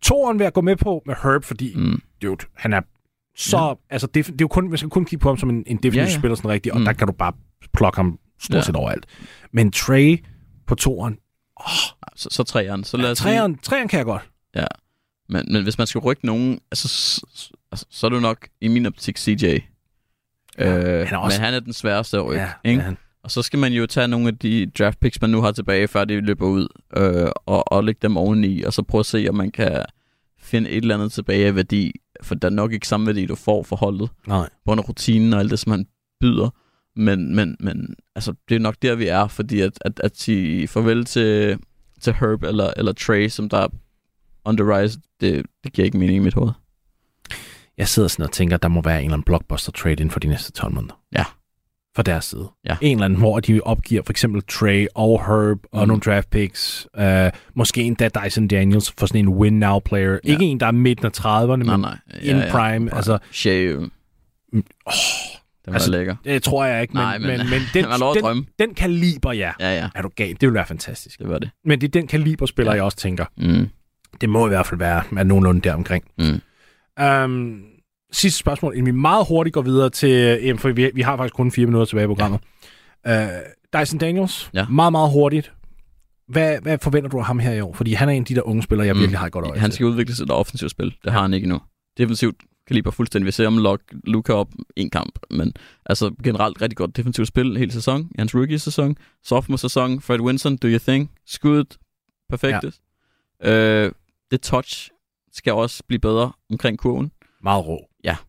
Toren vil jeg gå med på med Herb, fordi Mm. dude, han er så... Ja. Altså, det, det er jo kun, man skal kun kigge på ham som en, en defensiv Ja, ja. spiller sådan rigtigt, og Mm. der kan du bare plukke ham stort Ja. set overalt. Men Trey på toren... Så, så træeren. Så lad Ja, os sige, træeren, træeren kan jeg godt. ja. Men, men hvis man skal rykke nogen, altså, s- s- altså, så er det jo nok i min optik C J. Øh, han er også- Men han er den sværeste at rykke, Ja, ikke? ja, han- Og så skal man jo tage nogle af de draft picks, man nu har tilbage, før de løber ud, øh, og, og lægge dem oveni, og så prøve at se, om man kan finde et eller andet tilbage af værdi, for der er nok ikke samme værdi, du får for holdet, Nej. på grund af rutinen og alt det, som han byder. Men, men, men altså, det er nok der, vi er, fordi at, at, at sige farvel til, til Herb eller, eller Trey, som der er on the rise, det, det giver ikke mening i mit hoved. Jeg sidder sådan og tænker, at der må være en eller anden blockbuster trade inden for de næste tolv måneder. Ja. For deres side. Ja. En eller anden, hvor de opgiver for eksempel Trey og Herb og Mm. nogle draft picks. Uh, måske endda Dyson Daniels for sådan en win-now-player. Ja. Ikke en, der er midten af trediverne, Nej, men nej. in prime. Altså, Shea, oh, den var altså, lækker. det tror jeg ikke, men, Nej, men- men, men den, man har lov at den, drømme. den kaliber, ja. Ja, ja, Er du gal? Det vil være fantastisk. det var det. Men det er den kaliberspiller, Ja. jeg også tænker. Mm. Det må i hvert fald være, være nogenlunde deromkring. Mm. Um, sidste spørgsmål, inden vi meget hurtigt går videre til, for vi, vi har faktisk kun fire minutter tilbage i programmet. Ja. Uh, Dyson Daniels, Ja. meget, meget hurtigt. Hvad, hvad forventer du af ham her i år? Fordi han er en af de der unge spillere, jeg Mm. virkelig har et godt øje Han til. skal udvikle sit offensivt spil. Det Ja. har han ikke endnu. Defensivt kaliber fuldstændig. Vi ser om Luka Luka op en kamp, men altså generelt rigtig godt defensivt spil hele sæson. I hans rookie-sæson, sophomore-sæson, Fred Winson, do your thing, skuddet, perfektes. Ja. Øh, det touch skal også blive bedre omkring kurven. Meget rå.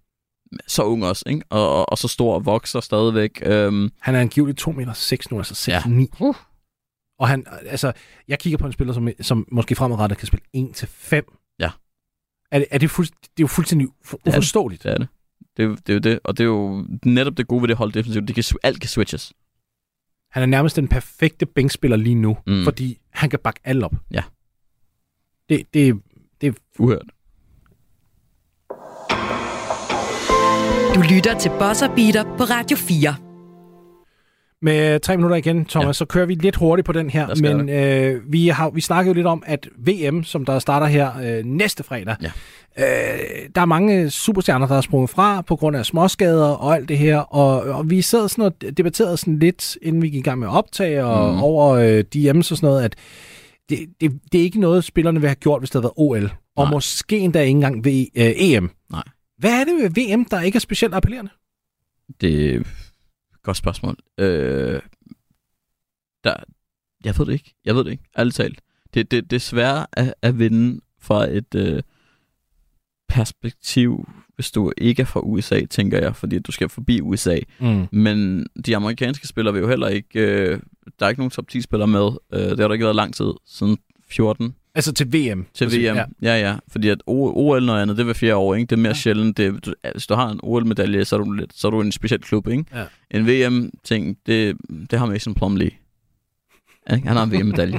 Så ung også, ikke? Og, og, og så stor og vokser stadigvæk. Øhm, Han er angiveligt to meter seks nu, altså seks Ja. ni. Uh. Og han, altså, jeg kigger på en spiller, som, som måske fremadrettet kan spille en til fem. Ja. Er det, er det, fuld, det er jo fuldstændig u- er det. uforståeligt. det er det. Det er, jo- det er jo det. Og det er jo netop det gode ved det hold defensivt. Det kan, sw- alt kan switches. Han er nærmest den perfekte bænkspiller lige nu, Mm. fordi han kan bakke alle op. Ja. Det, det, det er Uhørt. Du lytter til Buzzer Beater på Radio fire. Med tre minutter igen, Thomas, Ja. ja. så kører vi lidt hurtigt på den her. Lad os gøre Men øh, vi, har, vi snakkede jo lidt om, at V M, som der starter her øh, næste fredag, Ja. øh, der er mange superstjerner, der er sprunget fra på grund af småskader og alt det her. Og, og vi sad sådan og debatterede sådan lidt, inden vi gik i gang med at optage og Mm. over øh, D M's og sådan noget, at det, det, det er ikke noget, spillerne vil have gjort, hvis det havde været O L. Og Nej. måske endda ikke engang ved øh, E M. Nej. Hvad er det ved V M, der ikke er specielt appellerende? Det er et godt spørgsmål. Øh, der, jeg ved det ikke. Jeg ved det ikke. Ærligt talt. Det, det, det er svært at, at vinde fra et øh, perspektiv, hvis du ikke er fra U S A, tænker jeg, fordi du skal forbi U S A. Mm. Men de amerikanske spillere vil jo heller ikke... Øh, der er ikke nogen top ti spillere med. Øh, det har der ikke været lang tid, siden fjorten. Altså til V M. Til V M, Ja. ja, ja. ja. Fordi at O L noget andet, det er hver fjerde år, ikke? Det er mere ja. sjældent. Det, du, hvis du har en O L-medalje, så er du, lidt, så er du en speciel klub, ikke? Ja. En V M-ting, det, det har Mason Plumlee. Ja, han har en V M-medalje.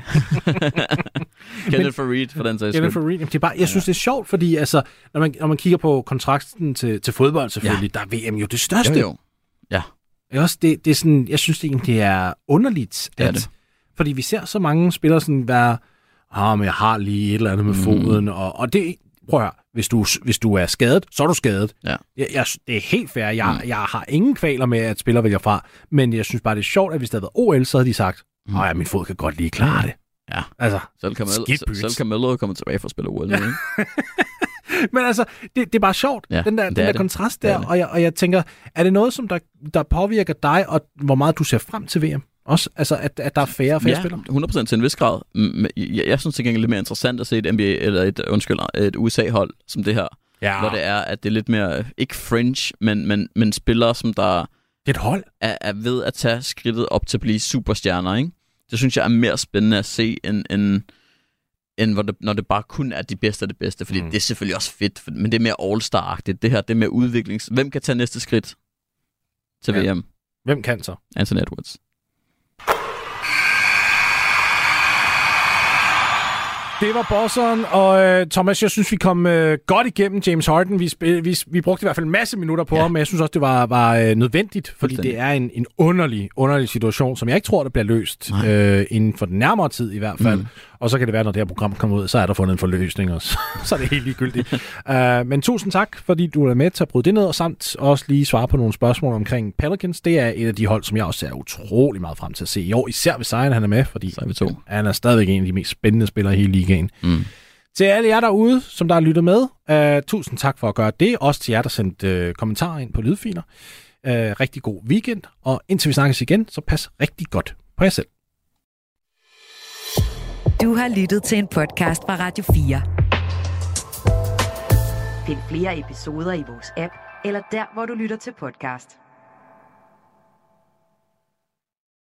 Kenneth Farid, for den sags Kenneth skyld. Farid. Det er bare, jeg synes, det er sjovt, fordi altså, når, man, når man kigger på kontrakten til, til fodbold selvfølgelig, ja. der er V M jo det største. Jo, jo. Ja. Det er også, det, det er sådan, jeg synes det egentlig er underligt, Det er at, det. fordi vi ser så mange spillere sådan være, ah, men jeg har lige et eller andet med Mm. foden, og, og det, prøv at høre, hvis du, hvis du er skadet, så er du skadet. Ja. Jeg, jeg, det er helt fair, jeg, Mm. jeg har ingen kvaler med, at spillere vælger fra, men jeg synes bare, det er sjovt, at hvis det havde været O L, så havde de sagt, Mm. åh ja, min fod kan godt lige klare det. Ja. Altså, Selv Carmelo, Skidt selv, selv Carmelo er kommet tilbage for at spille O L. Ja. men altså, det, det er bare sjovt, Ja, den der, det den er der det. kontrast Det er der, det. og jeg, og jeg tænker, er det noget, som der, der påvirker dig, og hvor meget du ser frem til V M? Også, altså, at, at der er færre og færre Ja, spillere? hundrede procent til en vis grad. Men jeg, jeg synes til gengæld lidt mere interessant at se et N B A, eller et, undskyld, et U S A-hold som det her. Ja. Hvor det er, at det er lidt mere, ikke fringe, men, men, men spillere, som der Det er et hold. er, er ved at tage skridtet op til at blive superstjerner, ikke? Det synes jeg er mere spændende at se, end, end, end hvor det, når det bare kun er de bedste af det bedste. Fordi mm. det er selvfølgelig også fedt, for, men det er mere all-star-agtigt. Det her, det er mere udviklings... Hvem kan tage næste skridt til Ja. V M? Hvem kan så? Anthony Edwards. Det var bosseren, og uh, Thomas, jeg synes, vi kom uh, godt igennem James Harden. Vi, sp- vi, vi brugte i hvert fald en masse minutter på ja. ham, men jeg synes også, det var, var uh, nødvendigt, fordi det er en, en underlig, underlig situation, som jeg ikke tror, der bliver løst uh, inden for den nærmere tid i hvert fald. Mm. Og så kan det være, når det her program kommer ud, så er der fundet en forløsning også. Så er det helt ligegyldigt. uh, men tusind tak, fordi du er med til at bryde det ned, og samt også lige svare på nogle spørgsmål omkring Pelicans. Det er et af de hold, som jeg også ser utrolig meget frem til at se i år. Især hvis Zion han er med, fordi han er stadigvæk en af de mest spændende spillere i hele ligaen. Mm. Til alle jer derude, som der har lyttet med, uh, tusind tak for at gøre det. Også til jer, der sendte uh, kommentarer ind på lydfiler. Uh, rigtig god weekend, og indtil vi snakkes igen, så pas rigtig godt på jer selv. Du har lyttet til en podcast fra Radio fire. Find flere episoder i vores app, eller der, hvor du lytter til podcast.